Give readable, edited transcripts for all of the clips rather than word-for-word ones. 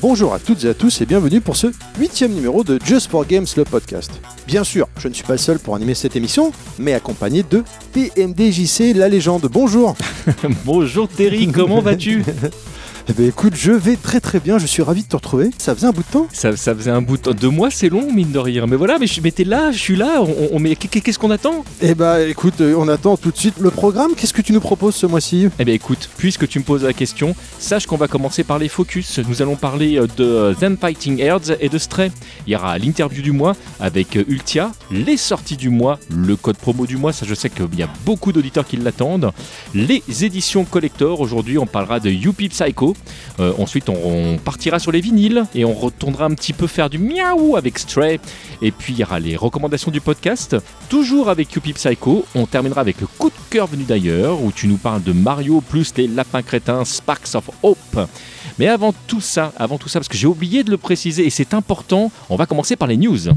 Bonjour à toutes et à tous et bienvenue pour ce 8e numéro de Just for Games, le podcast. Bien sûr, je ne suis pas le seul pour animer cette émission, mais accompagné de PMDJC, la légende. Bonjour. Bonjour Terry, comment vas-tu ? Eh bien écoute, je vais très très bien, je suis ravi de te retrouver. Ça faisait un bout de temps ? Ça faisait un bout de temps. 2 mois, c'est long, mine de rire. Mais voilà, mais t'es là, je suis là. Mais qu'est-ce qu'on attend ? Eh bien écoute, on attend tout de suite le programme. Qu'est-ce que tu nous proposes ce mois-ci ? Eh bien écoute, puisque tu me poses la question, sache qu'on va commencer par les focus. Nous allons parler de Them Fighting Herds et de Stray. Il y aura l'interview du mois avec Ultia, les sorties du mois, le code promo du mois. Ça, je sais qu'il y a beaucoup d'auditeurs qui l'attendent. Les éditions collector. Aujourd'hui, on parlera de Youpi Psycho. Ensuite on partira sur les vinyles et on retournera un petit peu faire du miaou avec Stray, et puis il y aura les recommandations du podcast, toujours avec Youpi Psycho. On terminera avec le coup de cœur venu d'ailleurs, où tu nous parles de Mario plus les lapins crétins Sparks of Hope. Mais avant tout ça, parce que j'ai oublié de le préciser et c'est important, on va commencer par les news.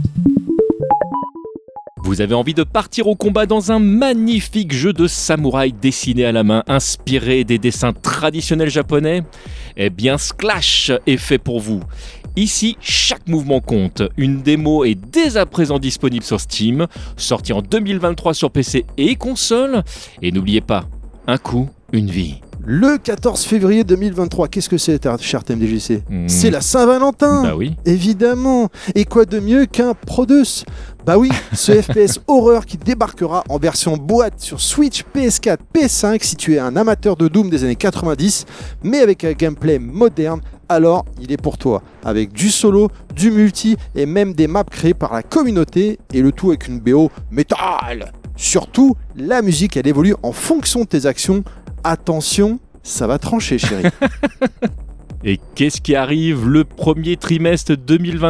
Vous avez envie de partir au combat dans un magnifique jeu de samouraï dessiné à la main, inspiré des dessins traditionnels japonais ? Eh bien, Sklash est fait pour vous. Ici, chaque mouvement compte. Une démo est dès à présent disponible sur Steam, sortie en 2023 sur PC et console. Et n'oubliez pas, un coup, une vie. Le 14 février 2023, qu'est-ce que c'est, cher TMDJC ? C'est la Saint-Valentin. Bah oui. Évidemment. Et quoi de mieux qu'un Produce ? Bah oui, ce FPS horreur qui débarquera en version boîte sur Switch, PS4, PS5 si tu es un amateur de Doom des années 90, mais avec un gameplay moderne, alors il est pour toi. Avec du solo, du multi et même des maps créées par la communauté, et le tout avec une BO métal. Surtout, la musique elle évolue en fonction de tes actions. Attention, ça va trancher, chérie. Et qu'est-ce qui arrive le premier trimestre 2023 ?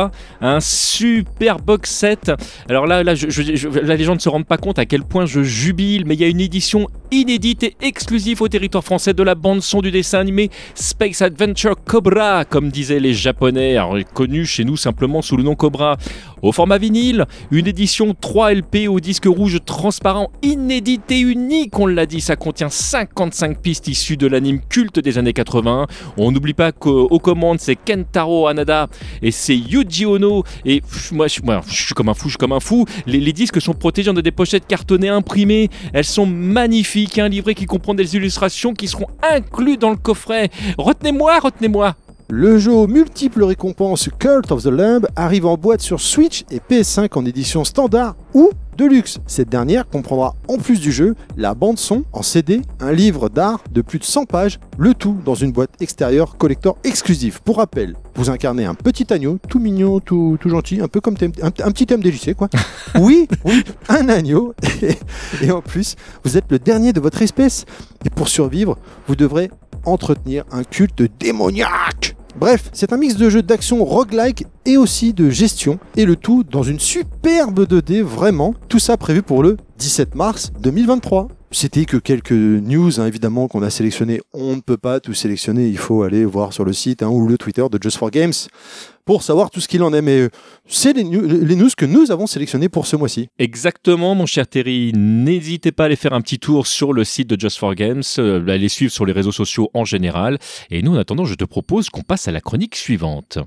Un super box set. Alors là, les gens ne se rendent pas compte à quel point je jubile, mais il y a une édition inédite et exclusive au territoire français de la bande-son du dessin animé Space Adventure Cobra, comme disaient les Japonais, alors connu chez nous simplement sous le nom Cobra. Au format vinyle, une édition 3 LP au disque rouge transparent, inédite et unique, on l'a dit, ça contient 55 pistes issues de l'anime culte des années 80. On n'oublie pas qu'aux commandes, c'est Kentaro Hanada et c'est Yuji Ono. Et moi, je suis comme un fou. Les disques sont protégés dans des pochettes cartonnées imprimées. Elles sont magnifiques. Un livret qui comprend des illustrations qui seront inclus dans le coffret. Retenez-moi. Le jeu aux multiples récompenses Cult of the Lamb arrive en boîte sur Switch et PS5 en édition standard ou de luxe. Cette dernière comprendra en plus du jeu la bande son en CD, un livre d'art de plus de 100 pages, le tout dans une boîte extérieure collector exclusive. Pour rappel, vous incarnez un petit agneau, tout mignon, tout gentil, un peu comme un petit MDJC quoi. Oui, un agneau. Et en plus, vous êtes le dernier de votre espèce. Et pour survivre, vous devrez entretenir un culte démoniaque. Bref, c'est un mix de jeux d'action roguelike et aussi de gestion, et le tout dans une superbe 2D, vraiment. Tout ça prévu pour le 17 mars 2023. C'était que quelques news, évidemment, qu'on a sélectionné. On ne peut pas tout sélectionner, il faut aller voir sur le site ou le Twitter de Just for Games pour savoir tout ce qu'il en est. Mais c'est les news que nous avons sélectionnées pour ce mois-ci. Exactement, mon cher Terry. N'hésitez pas à aller faire un petit tour sur le site de Just for Games, à les suivre sur les réseaux sociaux en général. Et nous, en attendant, je te propose qu'on passe à la chronique suivante.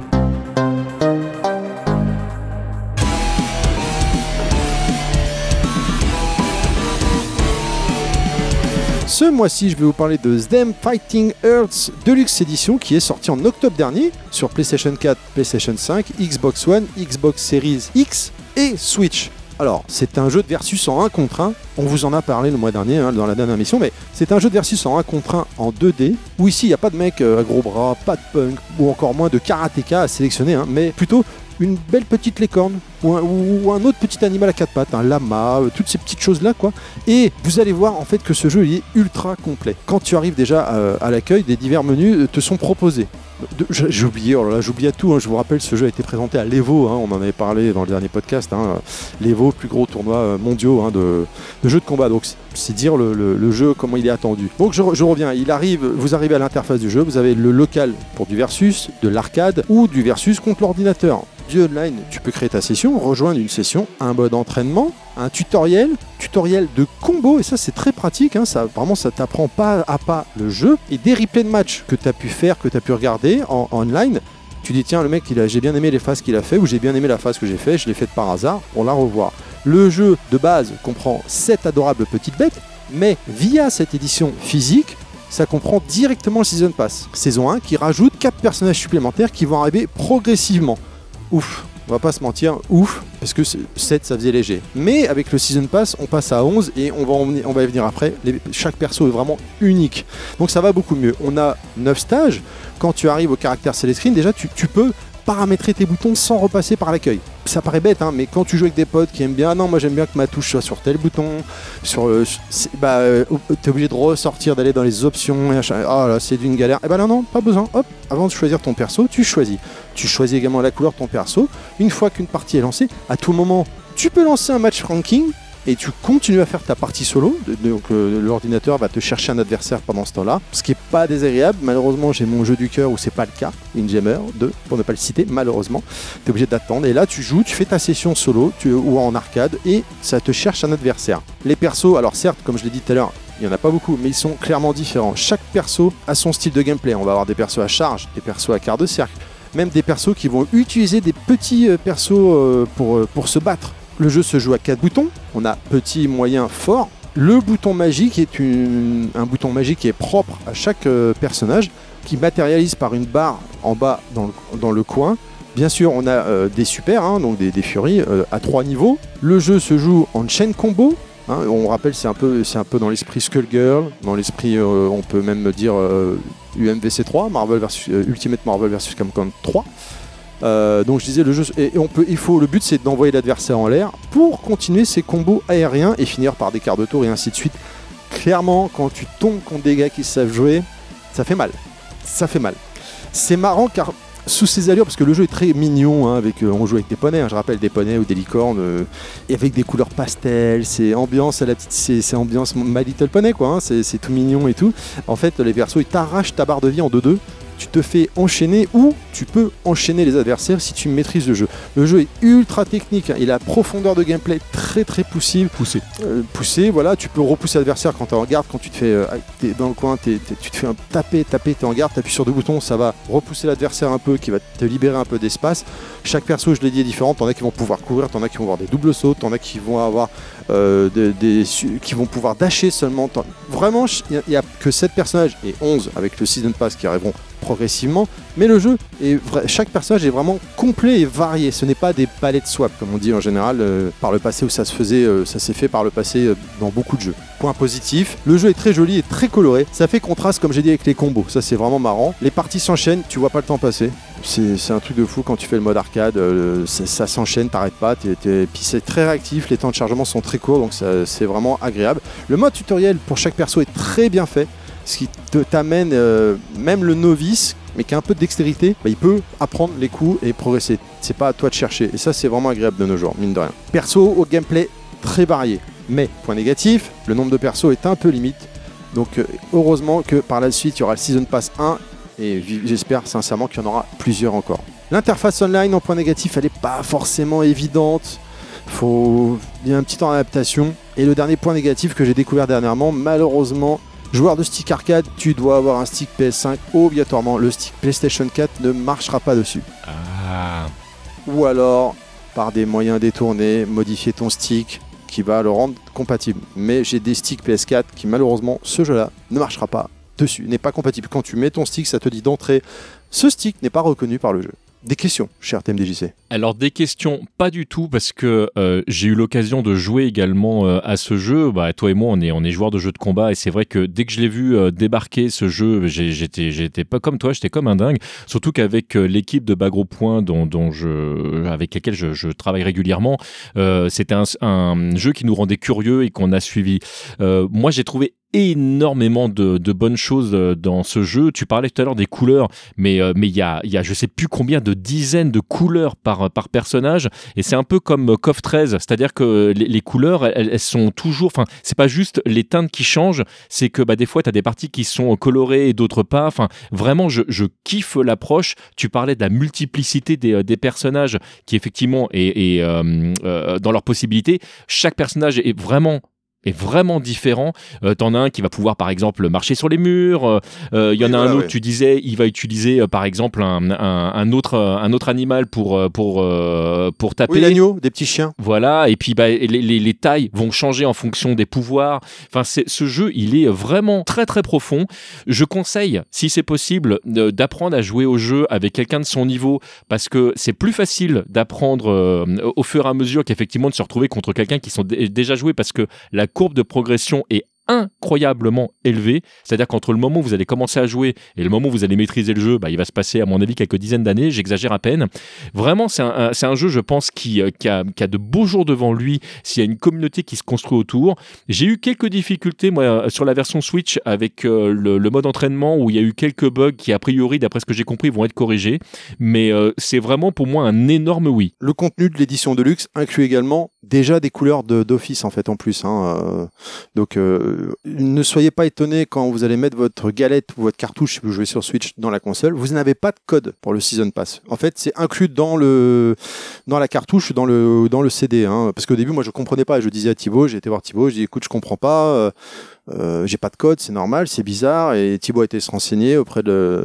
Ce mois-ci, je vais vous parler de Them Fighting Herds Deluxe Edition qui est sorti en octobre dernier sur PlayStation 4, PlayStation 5, Xbox One, Xbox Series X et Switch. Alors, c'est un jeu de versus en 1 contre 1. On vous en a parlé le mois dernier dans la dernière émission, mais c'est un jeu de versus en 1 contre 1 en 2D, où ici, il n'y a pas de mec à gros bras, pas de punk, ou encore moins de karatéka à sélectionner, mais plutôt une belle petite licorne, ou un autre petit animal à 4 pattes, un lama, toutes ces petites choses-là, quoi. Et vous allez voir, en fait, que ce jeu, il est ultra complet. Quand tu arrives déjà à l'accueil, des divers menus te sont proposés. J'ai oublié, j'oublie tout. Je vous rappelle, ce jeu a été présenté à l'Evo. On en avait parlé dans le dernier podcast. L'Evo, plus gros tournoi mondiaux de jeux de combat. Donc, c'est dire le jeu, comment il est attendu. Donc, je reviens. Vous arrivez à l'interface du jeu. Vous avez le local pour du versus, de l'arcade ou du versus contre l'ordinateur. du online, tu peux créer ta session, rejoindre une session, un mode entraînement, un tutoriel de combo, et ça c'est très pratique, hein, ça t'apprend pas à pas le jeu, et des replays de match que tu as pu faire, que tu as pu regarder en online. Tu dis tiens, le mec j'ai bien aimé les phases qu'il a fait, ou j'ai bien aimé la phase que j'ai fait, je l'ai faite par hasard, on la revoit. Le jeu de base comprend 7 adorables petites bêtes, mais via cette édition physique, ça comprend directement le Season Pass. Saison 1 qui rajoute 4 personnages supplémentaires qui vont arriver progressivement. Ouf, on va pas se mentir, ouf, parce que 7 ça faisait léger. Mais avec le Season Pass, on passe à 11 et on va y venir après. Chaque perso est vraiment unique. Donc ça va beaucoup mieux. On a 9 stages. Quand tu arrives au caractère select screen, déjà tu peux paramétrer tes boutons sans repasser par l'accueil. Ça paraît bête, hein, mais quand tu joues avec des potes qui aiment bien, non, moi j'aime bien que ma touche soit sur tel bouton, t'es obligé de ressortir, d'aller dans les options, et là c'est d'une galère. Et non, pas besoin. Hop, avant de choisir ton perso, tu choisis. Tu choisis également la couleur de ton perso. Une fois qu'une partie est lancée, à tout moment, tu peux lancer un match ranking et tu continues à faire ta partie solo. Donc l'ordinateur va te chercher un adversaire pendant ce temps-là, ce qui n'est pas désagréable. Malheureusement, j'ai mon jeu du cœur où c'est pas le cas, Windjammer 2, pour ne pas le citer, malheureusement. Tu es obligé d'attendre, et là tu joues, tu fais ta session solo ou en arcade, et ça te cherche un adversaire. Les persos, alors certes, comme je l'ai dit tout à l'heure, il n'y en a pas beaucoup, mais ils sont clairement différents. Chaque perso a son style de gameplay. On va avoir des persos à charge, des persos à quart de cercle, même des persos qui vont utiliser des petits persos pour se battre. Le jeu se joue à 4 boutons, on a petit, moyen, fort. Le bouton magique est un bouton magique qui est propre à chaque personnage, qui matérialise par une barre en bas dans le coin. Bien sûr, on a des super, hein, donc des furies à 3 niveaux. Le jeu se joue en chain combo. Hein, on rappelle, c'est un peu dans l'esprit Skullgirl, dans l'esprit, on peut même dire UMVC 3, Ultimate Marvel vs Capcom 3. Donc je disais, le jeu, le but c'est d'envoyer l'adversaire en l'air pour continuer ses combos aériens et finir par des quarts de tour et ainsi de suite. Clairement, quand tu tombes contre des gars qui savent jouer, ça fait mal. C'est marrant car sous ses allures, parce que le jeu est très mignon, hein, on joue avec des poneys, hein, je rappelle, des poneys ou des licornes, et avec des couleurs pastel, c'est ambiance c'est ambiance My Little Pony, quoi, hein, c'est tout mignon et tout. En fait, les persos, ils t'arrachent ta barre de vie en 2-2. Tu te fais enchaîner, ou tu peux enchaîner les adversaires si tu maîtrises le jeu. Le jeu est ultra technique, hein. Il a profondeur de gameplay très très poussée, voilà. Tu peux repousser l'adversaire quand tu es en garde, quand tu te fais t'es dans le coin, tu te fais taper, tu es en garde, tu appuies sur 2 boutons, ça va repousser l'adversaire un peu, qui va te libérer un peu d'espace. Chaque perso, je l'ai dit, est différent. T'en as qui vont pouvoir courir, t'en as qui vont avoir des doubles sauts, t'en as qui vont avoir qui vont pouvoir dasher seulement. Vraiment, il n'y a que 7 personnages et 11 avec le Season Pass qui arriveront progressivement, mais le jeu chaque personnage est vraiment complet et varié. Ce n'est pas des palettes swap comme on dit en général par le passé, où ça s'est fait par le passé dans beaucoup de jeux. Point positif, le jeu est très joli et très coloré, ça fait contraste comme j'ai dit avec les combos, ça c'est vraiment marrant. Les parties s'enchaînent, tu vois pas le temps passer, c'est un truc de fou quand tu fais le mode arcade, ça s'enchaîne, t'arrêtes pas, puis c'est très réactif, les temps de chargement sont très courts, donc c'est vraiment agréable. Le mode tutoriel pour chaque perso est très bien fait, ce qui t'amène, même le novice, mais qui a un peu de dextérité, il peut apprendre les coups et progresser. C'est pas à toi de chercher. Et ça, c'est vraiment agréable de nos jours, mine de rien. Perso au gameplay très varié. Mais, point négatif, le nombre de persos est un peu limite. Donc, heureusement que par la suite, il y aura le Season Pass 1. Et j'espère sincèrement qu'il y en aura plusieurs encore. L'interface online, en point négatif, elle n'est pas forcément évidente. Il y a un petit temps d'adaptation. Et le dernier point négatif que j'ai découvert dernièrement, malheureusement, joueur de stick arcade, tu dois avoir un stick PS5 obligatoirement. Le stick PlayStation 4 ne marchera pas dessus. Ou alors, par des moyens détournés, modifier ton stick qui va le rendre compatible. Mais j'ai des sticks PS4 qui malheureusement, ce jeu-là ne marchera pas dessus, n'est pas compatible. Quand tu mets ton stick, ça te dit d'entrée, ce stick n'est pas reconnu par le jeu. Des questions, cher TMDJC? Alors des questions, pas du tout, parce que j'ai eu l'occasion de jouer également à ce jeu. Toi et moi, on est joueurs de jeux de combat, et c'est vrai que dès que je l'ai vu débarquer ce jeu, j'étais pas comme toi, j'étais comme un dingue. Surtout qu'avec l'équipe de Bas Gros Point avec laquelle je travaille régulièrement, c'était un jeu qui nous rendait curieux et qu'on a suivi. Moi, j'ai trouvé énormément de bonnes choses dans ce jeu. Tu parlais tout à l'heure des couleurs, mais il y a je sais plus combien de dizaines de couleurs par personnage, et c'est un peu comme KOF 13, c'est-à-dire que les couleurs elles sont toujours, enfin c'est pas juste les teintes qui changent, c'est que des fois tu as des parties qui sont colorées et d'autres pas. Enfin vraiment je kiffe l'approche. Tu parlais de la multiplicité des personnages qui effectivement est dans leurs possibilités. Chaque personnage est vraiment différent. T'en as un qui va pouvoir par exemple marcher sur les murs, y en a un autre, tu disais, il va utiliser par exemple un autre animal pour taper. Oui, l'agneau, des petits chiens. Voilà, et puis les tailles vont changer en fonction des pouvoirs. Enfin, ce jeu, il est vraiment très très profond. Je conseille, si c'est possible, d'apprendre à jouer au jeu avec quelqu'un de son niveau, parce que c'est plus facile d'apprendre au fur et à mesure qu'effectivement de se retrouver contre quelqu'un qui sont déjà joués, parce que la courbe de progression est incroyablement élevé, c'est-à-dire qu'entre le moment où vous allez commencer à jouer et le moment où vous allez maîtriser le jeu, il va se passer à mon avis quelques dizaines d'années, j'exagère à peine. Vraiment c'est un jeu, je pense, qui a de beaux jours devant lui s'il y a une communauté qui se construit autour. J'ai eu quelques difficultés moi sur la version Switch avec le mode entraînement, où il y a eu quelques bugs qui a priori, d'après ce que j'ai compris, vont être corrigés, mais c'est vraiment pour moi un énorme oui. Le contenu de l'édition Deluxe inclut également déjà des couleurs d'office en fait en plus, donc ne soyez pas étonnés quand vous allez mettre votre galette ou votre cartouche si vous jouez sur Switch dans la console, vous n'avez pas de code pour le Season Pass. En fait, c'est inclus dans la cartouche, dans le CD, parce qu'au début, moi, je comprenais pas. Je disais à Thibaut, j'ai été voir Thibaut, je dis écoute, je comprends pas. J'ai pas de code, c'est normal, c'est bizarre. Et Thibaut a été se renseigner auprès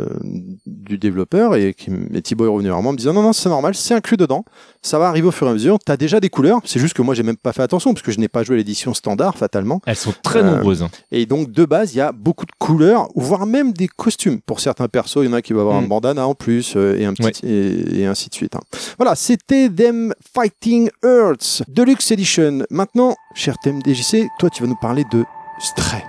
du développeur, et Thibaut est revenu vers moi en me disant non, c'est normal, c'est inclus dedans. Ça va arriver au fur et à mesure. T'as déjà des couleurs. C'est juste que moi, j'ai même pas fait attention parce que je n'ai pas joué l'édition standard, fatalement. Elles sont très nombreuses. Et donc, de base, il y a beaucoup de couleurs, voire même des costumes. Pour certains persos, il y en a qui va avoir un bandana en plus, et ainsi de suite. Voilà, c'était Them Fighting Earths Deluxe Edition. Maintenant, cher TMDJC, toi, tu vas nous parler de Stray.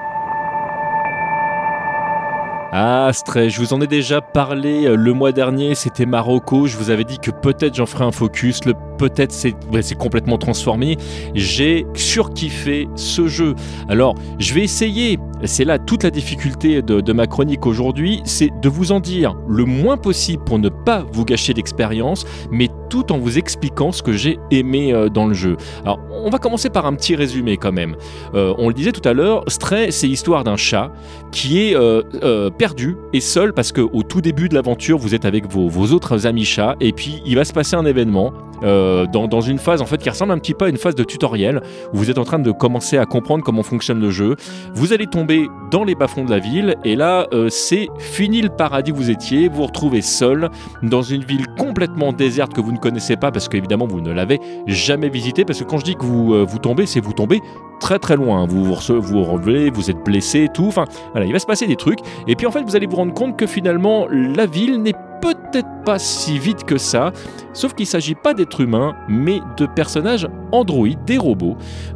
Ah, Stray, je vous en ai déjà parlé le mois dernier, c'était Marocco, je vous avais dit que peut-être j'en ferai un focus, peut-être c'est complètement transformé. J'ai surkiffé ce jeu. Alors, je vais essayer, c'est là toute la difficulté de ma chronique aujourd'hui, c'est de vous en dire le moins possible pour ne pas vous gâcher l'expérience, mais tout en vous expliquant ce que j'ai aimé dans le jeu. Alors, on va commencer par un petit résumé quand même. On le disait tout à l'heure, Stray, c'est l'histoire d'un chat qui est perdu et seul, parce qu'au tout début de l'aventure, vous êtes avec vos autres amis chats, et puis il va se passer un événement dans une phase en fait qui ressemble un petit peu à une phase de tutoriel, où vous êtes en train de commencer à comprendre comment fonctionne le jeu. Vous allez tomber dans les bas-fonds de la ville, et là c'est fini le paradis où vous étiez, vous vous retrouvez seul dans une ville complètement déserte que vous ne connaissez pas, parce qu'évidemment vous ne l'avez jamais visitée, parce que quand je dis que vous tombez, c'est vous tombez très très loin, vous relevez, vous êtes blessé et tout, enfin voilà, il va se passer des trucs, et puis en fait vous allez vous rendre compte que finalement la ville n'est peut-être pas si vite que ça, sauf qu'il ne s'agit pas d'êtres humains, mais de personnages androïdes, des robots,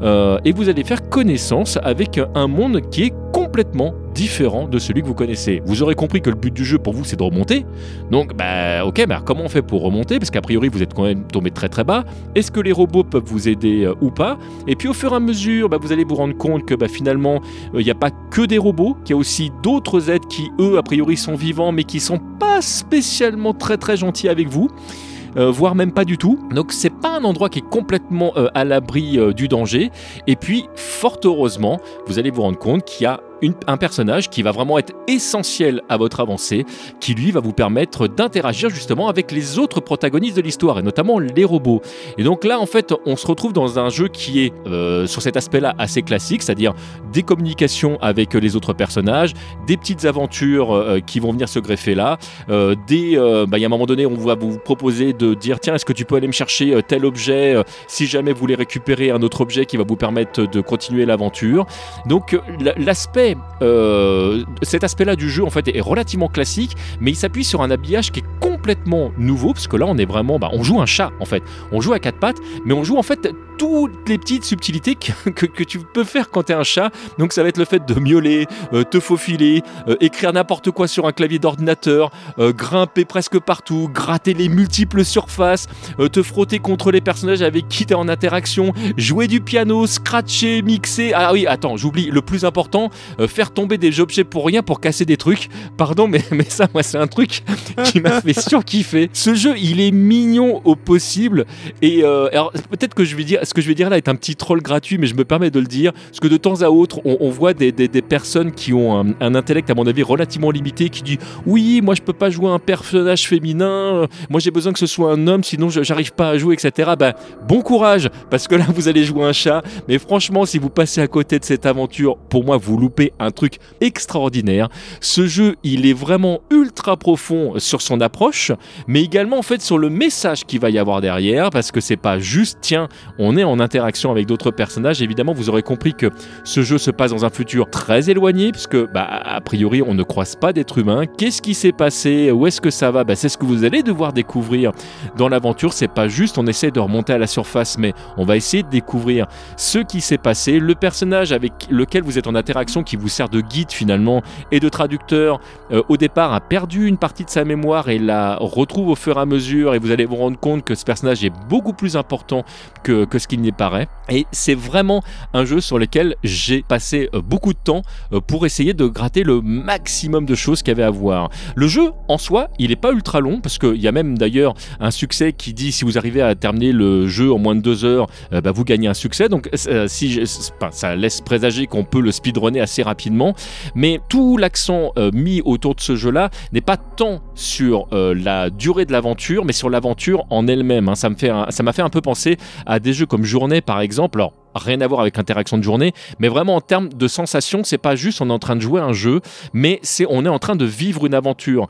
et vous allez faire connaissance avec un monde qui est complètement différent de celui que vous connaissez. Vous aurez compris que le but du jeu pour vous c'est de remonter, donc ok, mais alors comment on fait pour remonter, parce qu'a priori vous êtes quand même tombé très très bas, est-ce que les robots peuvent vous aider ou pas, et puis au fur et à mesure vous allez vous rendre compte que finalement il n'y a pas que des robots, qu'il y a aussi d'autres êtres qui eux a priori sont vivants, mais qui sont pas spécialement très très gentils avec vous, voire même pas du tout. Donc c'est pas un endroit qui est complètement à l'abri du danger. Et puis fort heureusement, vous allez vous rendre compte qu'il y a un personnage qui va vraiment être essentiel à votre avancée, qui lui va vous permettre d'interagir justement avec les autres protagonistes de l'histoire, et notamment les robots. Et donc là en fait on se retrouve dans un jeu qui est sur cet aspect là assez classique, c'est-à-dire des communications avec les autres personnages, des petites aventures qui vont venir se greffer là, il y a un moment donné on va vous proposer de dire tiens, est-ce que tu peux aller me chercher tel objet si jamais vous voulez récupérer un autre objet qui va vous permettre de continuer l'aventure. Donc cet aspect-là du jeu en fait est relativement classique, mais il s'appuie sur un habillage qui est complètement complètement nouveau, parce que là on est vraiment, on joue un chat en fait, on joue à 4 pattes, mais on joue en fait toutes les petites subtilités que tu peux faire quand t'es un chat. Donc ça va être le fait de miauler, te faufiler, écrire n'importe quoi sur un clavier d'ordinateur, grimper presque partout, gratter les multiples surfaces, te frotter contre les personnages avec qui t'es en interaction, jouer du piano, scratcher, mixer. Ah oui, attends, j'oublie le plus important, faire tomber des objets pour rien pour casser des trucs. Pardon, mais ça, moi, c'est un truc qui m'a fait surkiffer. Ce jeu, il est mignon au possible. Et alors, peut-être que ce que je vais dire là est un petit troll gratuit, mais je me permets de le dire, parce que de temps à autre, on voit des personnes qui ont un intellect, à mon avis, relativement limité, qui dit oui, moi, je peux pas jouer un personnage féminin, moi, j'ai besoin que ce soit un homme, sinon, j'arrive pas à jouer, etc. Bon courage, parce que là, vous allez jouer un chat. Mais franchement, si vous passez à côté de cette aventure, pour moi, vous loupez un truc extraordinaire. Ce jeu, il est vraiment ultra profond sur son approche, mais également en fait sur le message qu'il va y avoir derrière, parce que c'est pas juste tiens, on est en interaction avec d'autres personnages. Évidemment, vous aurez compris que ce jeu se passe dans un futur très éloigné, puisque a priori on ne croise pas d'êtres humains. Qu'est-ce qui s'est passé? Où est-ce que ça va? C'est ce que vous allez devoir découvrir dans l'aventure. C'est pas juste on essaie de remonter à la surface, mais on va essayer de découvrir ce qui s'est passé, le personnage avec lequel vous êtes en interaction, qui vous sert de guide finalement et de traducteur, au départ a perdu une partie de sa mémoire et la retrouve au fur et à mesure, et vous allez vous rendre compte que ce personnage est beaucoup plus important que ce qu'il n'y paraît. Et c'est vraiment un jeu sur lequel j'ai passé beaucoup de temps pour essayer de gratter le maximum de choses qu'il y avait à voir. Le jeu en soi, il n'est pas ultra long, parce qu'il y a même d'ailleurs un succès qui dit si vous arrivez à terminer le jeu en moins de 2 heures, vous gagnez un succès. Donc ça laisse présager qu'on peut le speedrunner assez rapidement, mais tout l'accent mis autour de ce jeu-là n'est pas tant sur la durée de l'aventure, mais sur l'aventure en elle-même. Ça m'a fait un peu penser à des jeux comme Journée par exemple. Alors, rien à voir avec l'interaction de Journée, mais vraiment en termes de sensation, c'est pas juste on est en train de jouer un jeu, mais on est en train de vivre une aventure.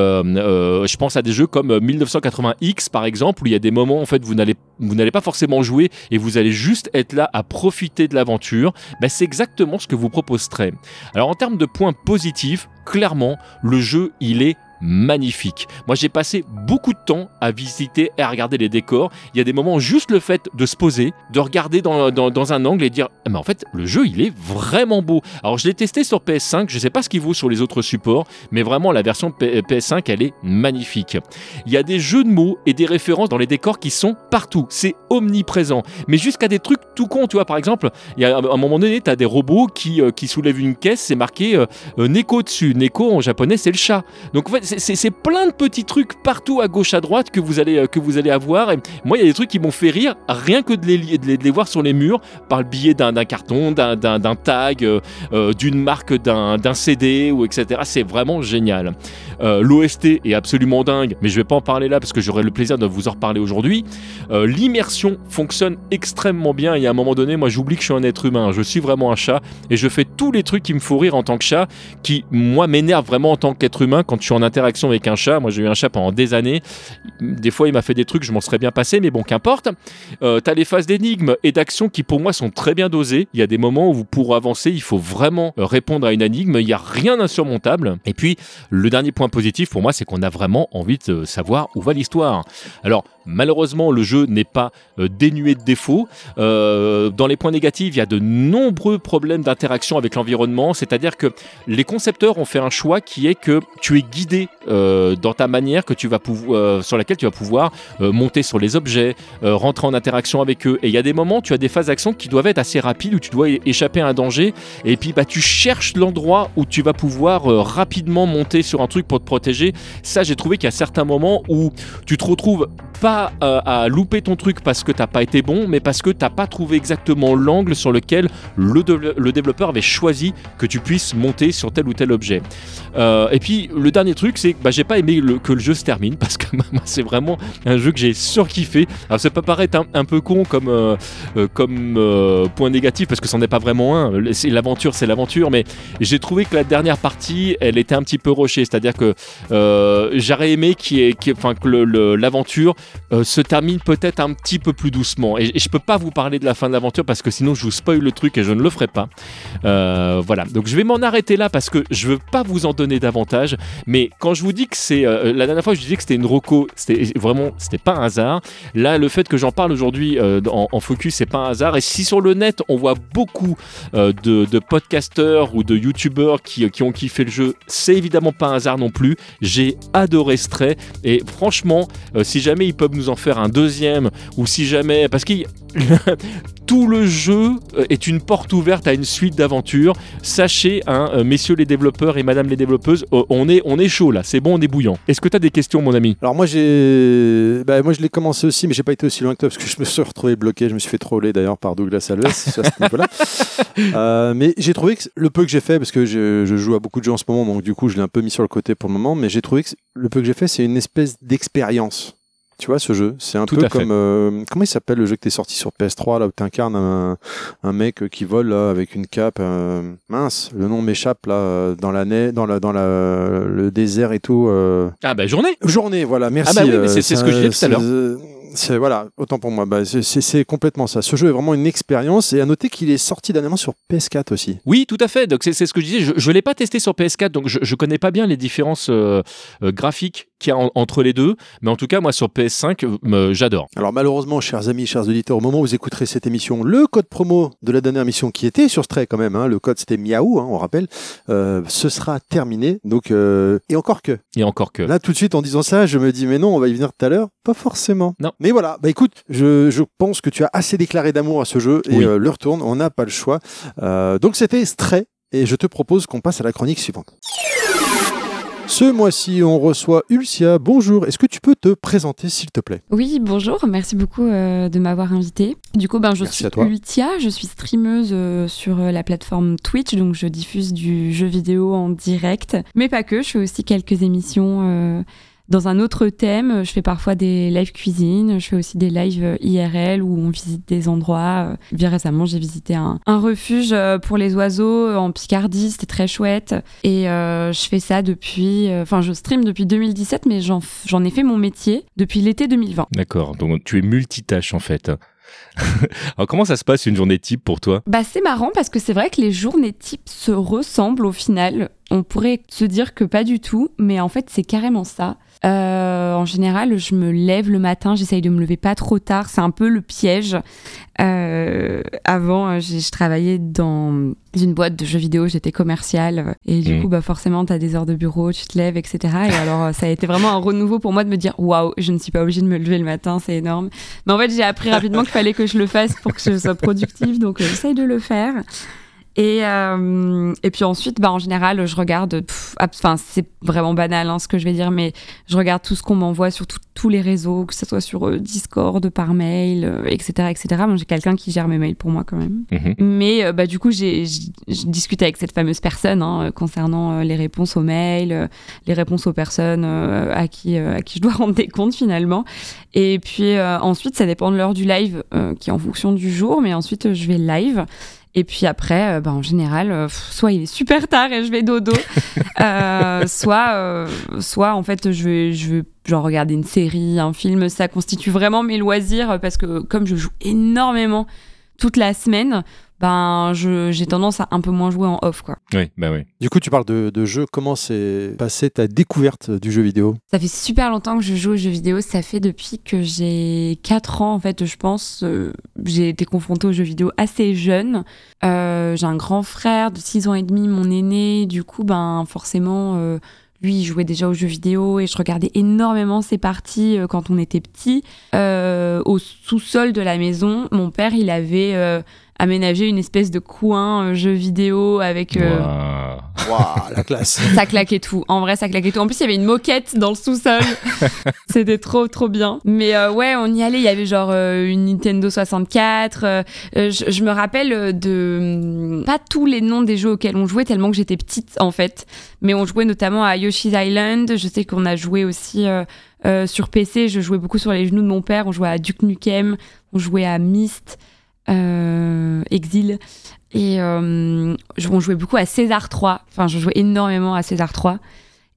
Je pense à des jeux comme 1980X par exemple, où il y a des moments en fait vous n'allez pas forcément jouer et vous allez juste être là à profiter de l'aventure. C'est exactement ce que vous propose Stray. Alors en termes de points positifs, clairement le jeu il est magnifique. Moi j'ai passé beaucoup de temps à visiter et à regarder les décors. Il y a des moments, juste le fait de se poser, de regarder dans un angle et dire mais en fait le jeu il est vraiment beau. Alors je l'ai testé sur PS5, je sais pas ce qu'il vaut sur les autres supports, mais vraiment la version PS5 elle est magnifique. Il y a des jeux de mots et des références dans les décors qui sont partout, c'est omniprésent, mais jusqu'à des trucs tout cons, tu vois. Par exemple, il y a à un moment donné t'as des robots qui soulèvent une caisse, c'est marqué Neko dessus. Neko en japonais c'est le chat. Donc en fait c'est plein de petits trucs partout à gauche à droite que vous allez avoir. Et moi, il y a des trucs qui m'ont fait rire rien que de les voir sur les murs par le biais d'un carton, d'un tag, d'une marque d'un CD ou etc. C'est vraiment génial. L'OST est absolument dingue, mais je vais pas en parler là parce que j'aurai le plaisir de vous en reparler aujourd'hui. L'immersion fonctionne extrêmement bien et à un moment donné, moi j'oublie que je suis un être humain, je suis vraiment un chat et je fais tous les trucs qui me font rire en tant que chat, qui moi m'énervent vraiment en tant qu'être humain quand je suis en interaction avec un chat. Moi j'ai eu un chat pendant des années, des fois il m'a fait des trucs, je m'en serais bien passé, mais bon qu'importe. T'as les phases d'énigmes et d'action qui pour moi sont très bien dosées. Il y a des moments où pour avancer il faut vraiment répondre à une énigme, il n'y a rien d'insurmontable. Et puis le dernier point positif pour moi, c'est qu'on a vraiment envie de savoir où va l'histoire. Alors malheureusement le jeu n'est pas dénué de défauts. Dans les points négatifs, il y a de nombreux problèmes d'interaction avec l'environnement, c'est-à-dire que les concepteurs ont fait un choix qui est que tu es guidé dans ta manière sur laquelle tu vas pouvoir monter sur les objets, rentrer en interaction avec eux. Et il y a des moments, tu as des phases d'action qui doivent être assez rapides, où tu dois échapper à un danger, et puis tu cherches l'endroit où tu vas pouvoir rapidement monter sur un truc pour te protéger. Ça, j'ai trouvé qu'il y a certains moments où tu te retrouves pas à louper ton truc parce que t'as pas été bon, mais parce que t'as pas trouvé exactement l'angle sur lequel le développeur avait choisi que tu puisses monter sur tel ou tel objet. Et puis le dernier truc, c'est que j'ai pas aimé que le jeu se termine, parce que moi c'est vraiment un jeu que j'ai surkiffé. Alors ça peut paraître un peu con comme point négatif, parce que c'en est pas vraiment un. C'est l'aventure, mais j'ai trouvé que la dernière partie, elle était un petit peu rushée. C'est-à-dire que j'aurais aimé que l'aventure se termine peut-être un petit peu plus doucement. Et je peux pas vous parler de la fin de l'aventure parce que sinon je vous spoil le truc et je ne le ferai pas. Voilà, donc je vais m'en arrêter là parce que je veux pas vous en donner davantage. Mais quand je vous dis que c'est la dernière fois je disais que c'était une reco, c'était pas un hasard. Là, le fait que j'en parle aujourd'hui en focus, c'est pas un hasard. Et si sur le net on voit beaucoup de podcasteurs ou de youtubeurs qui ont kiffé le jeu, c'est évidemment pas un hasard non plus. J'ai adoré Stray et franchement, si jamais ils peuvent nous en faire un deuxième ou si jamais, parce que tout le jeu est une porte ouverte à une suite d'aventures. Sachez, messieurs les développeurs et madame les développeuses, on est chaud là, c'est bon, on est bouillant. Est-ce que tu as des questions, mon ami ? Alors moi je l'ai commencé aussi, mais j'ai pas été aussi loin que toi parce que je me suis retrouvé bloqué. Je me suis fait troller d'ailleurs par Douglas Alves à ce niveau-là. Mais j'ai trouvé que le peu que j'ai fait, parce que je joue à beaucoup de jeux en ce moment, donc du coup je l'ai un peu mis sur le côté pour le moment, mais j'ai trouvé que le peu que j'ai fait, c'est une espèce d'expérience. Tu vois, ce jeu, c'est un peu comme comment il s'appelle le jeu que t'es sorti sur PS3 là où t'incarnes un mec qui vole là, avec une cape, mince, le nom m'échappe là, dans la neige, dans le désert et tout. Ah bah Journée, voilà, merci. Ah bah oui, mais c'est ce que je disais tout à l'heure. Voilà, autant pour moi. C'est complètement ça. Ce jeu est vraiment une expérience. Et à noter qu'il est sorti dernièrement sur PS4 aussi. Oui, tout à fait. Donc c'est ce que je disais. Je l'ai pas testé sur PS4, donc je connais pas bien les différences graphiques qu'il y a entre les deux. Mais en tout cas, moi sur PS5, j'adore. Alors malheureusement, chers amis, chers auditeurs, au moment où vous écouterez cette émission, le code promo de la dernière émission qui était sur Stray quand même, le code c'était Miaou, on rappelle, ce sera terminé. Donc et encore que. Là tout de suite en disant ça, je me dis mais non, on va y venir tout à l'heure. Pas forcément. Non. Mais voilà, écoute, je pense que tu as assez déclaré d'amour à ce jeu et l'heure tourne, on n'a pas le choix. Donc c'était Stray et je te propose qu'on passe à la chronique suivante. Ce mois-ci, on reçoit Ulcia. Bonjour, est-ce que tu peux te présenter s'il te plaît ? Oui, bonjour, merci beaucoup de m'avoir invité. Du coup, je suis Ulcia, je suis streameuse sur la plateforme Twitch, donc je diffuse du jeu vidéo en direct, mais pas que, je fais aussi quelques émissions dans un autre thème. Je fais parfois des live cuisine, je fais aussi des lives IRL où on visite des endroits. Bien récemment, j'ai visité un refuge pour les oiseaux en Picardie, c'était très chouette. Et je fais ça je stream depuis 2017, mais j'en ai fait mon métier depuis l'été 2020. D'accord, donc tu es multitâche en fait. Alors comment ça se passe une journée type pour toi ? C'est marrant parce que c'est vrai que les journées types se ressemblent au final. On pourrait se dire que pas du tout, mais en fait c'est carrément ça. En général, je me lève le matin, j'essaye de me lever pas trop tard, c'est un peu le piège. Avant, je travaillais dans une boîte de jeux vidéo, j'étais commerciale et du coup, forcément, t'as des heures de bureau, tu te lèves, etc. Et alors, ça a été vraiment un renouveau pour moi de me dire waouh, je ne suis pas obligée de me lever le matin, c'est énorme. Mais en fait, j'ai appris rapidement qu'il fallait que je le fasse pour que je sois productive, donc j'essaye de le faire. Et puis ensuite, en général, je regarde, c'est vraiment banal ce que je vais dire, mais je regarde tout ce qu'on m'envoie sur tous les réseaux, que ce soit sur Discord, par mail, etc., etc. J'ai quelqu'un qui gère mes mails pour moi quand même. Mais du coup, je discute avec cette fameuse personne concernant les réponses aux mails, les réponses aux personnes à qui je dois rendre des comptes finalement. Et puis ensuite, ça dépend de l'heure du live, qui est en fonction du jour, mais ensuite, je vais live. Et puis après, en général, soit il est super tard et je vais dodo, soit en fait je vais genre regarder une série, un film. Ça constitue vraiment mes loisirs parce que comme je joue énormément toute la semaine, j'ai tendance à un peu moins jouer en off, quoi. Oui, oui. Du coup, tu parles de jeu. Comment s'est passée ta découverte du jeu vidéo ? Ça fait super longtemps que je joue aux jeux vidéo. Ça fait depuis que j'ai 4 ans, en fait, je pense. J'ai été confrontée aux jeux vidéo assez jeune. J'ai un grand frère de 6 ans et demi, mon aîné. Du coup, forcément... lui, il jouait déjà aux jeux vidéo et je regardais énormément ses parties quand on était petits. Au sous-sol de la maison, mon père, il avait aménagé une espèce de coin jeux vidéo avec... Waouh, la classe. Ça claquait tout. En vrai, ça claquait tout. En plus, il y avait une moquette dans le sous-sol. C'était trop, trop bien. Mais on y allait. Il y avait genre une Nintendo 64. Je me rappelle de... Pas tous les noms des jeux auxquels on jouait, tellement que j'étais petite, en fait. Mais on jouait notamment à Yoshi's Island. Je sais qu'on a joué aussi sur PC. Je jouais beaucoup sur les genoux de mon père. On jouait à Duke Nukem. On jouait à Myst. Exil. Et on jouait beaucoup à César 3. Enfin, je jouais énormément à César 3.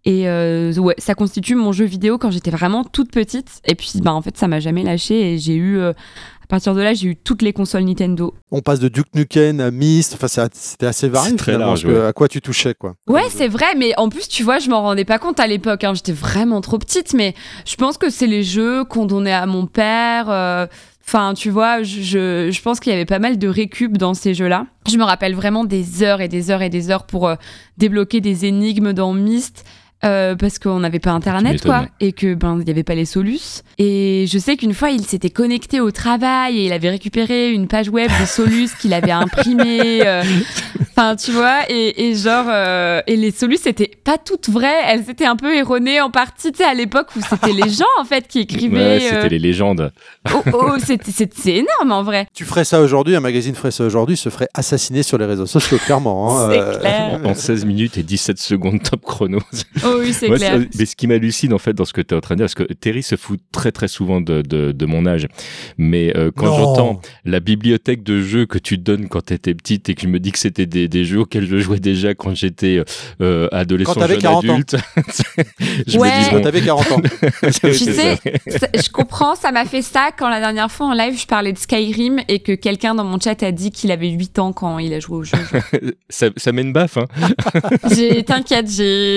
Et ouais, ça constitue mon jeu vidéo quand j'étais vraiment toute petite. Et puis, en fait, ça m'a jamais lâché. Et j'ai eu, à partir de là, j'ai eu toutes les consoles Nintendo. On passe de Duke Nukem à Myst. Enfin, c'était assez varié. C'est très finalement, large, à quoi tu touchais, quoi. Ouais, c'est vrai. Mais en plus, tu vois, je m'en rendais pas compte à l'époque. J'étais vraiment trop petite. Mais je pense que c'est les jeux qu'on donnait à mon père. Enfin, tu vois, je pense qu'il y avait pas mal de récup dans ces jeux-là. Je me rappelle vraiment des heures et des heures et des heures pour débloquer des énigmes dans Myst. Parce qu'on n'avait pas internet quoi, et que il n'y avait pas les Solus. Et je sais qu'une fois il s'était connecté au travail et il avait récupéré une page web de Solus qu'il avait imprimée. Enfin tu vois, et genre et les Solus c'était pas toutes vraies, elles étaient un peu erronées en partie. Tu sais, à l'époque où c'était les gens en fait qui écrivaient. Ouais, c'était les légendes. C'est énorme en vrai. Tu ferais ça aujourd'hui, un magazine ferait ça aujourd'hui, se ferait assassiner sur les réseaux sociaux clairement. Hein, c'est clair. En 16 minutes et 17 secondes top chrono. Oh oui, c'est clair. Mais ce qui m'hallucine en fait dans ce que tu es en train de dire, parce que Terry se fout très très souvent de mon âge, mais quand j'entends la bibliothèque de jeux que tu te donnes quand tu étais petite et que je me dis que c'était des jeux auxquels je jouais déjà quand j'étais adolescent, jeune adulte, je ouais. me dis quand t'avais 40 ans. Tu sais, je comprends, ça m'a fait ça quand la dernière fois en live je parlais de Skyrim et que quelqu'un dans mon chat a dit qu'il avait 8 ans quand il a joué au jeu. ça met une baffe, hein. T'inquiète,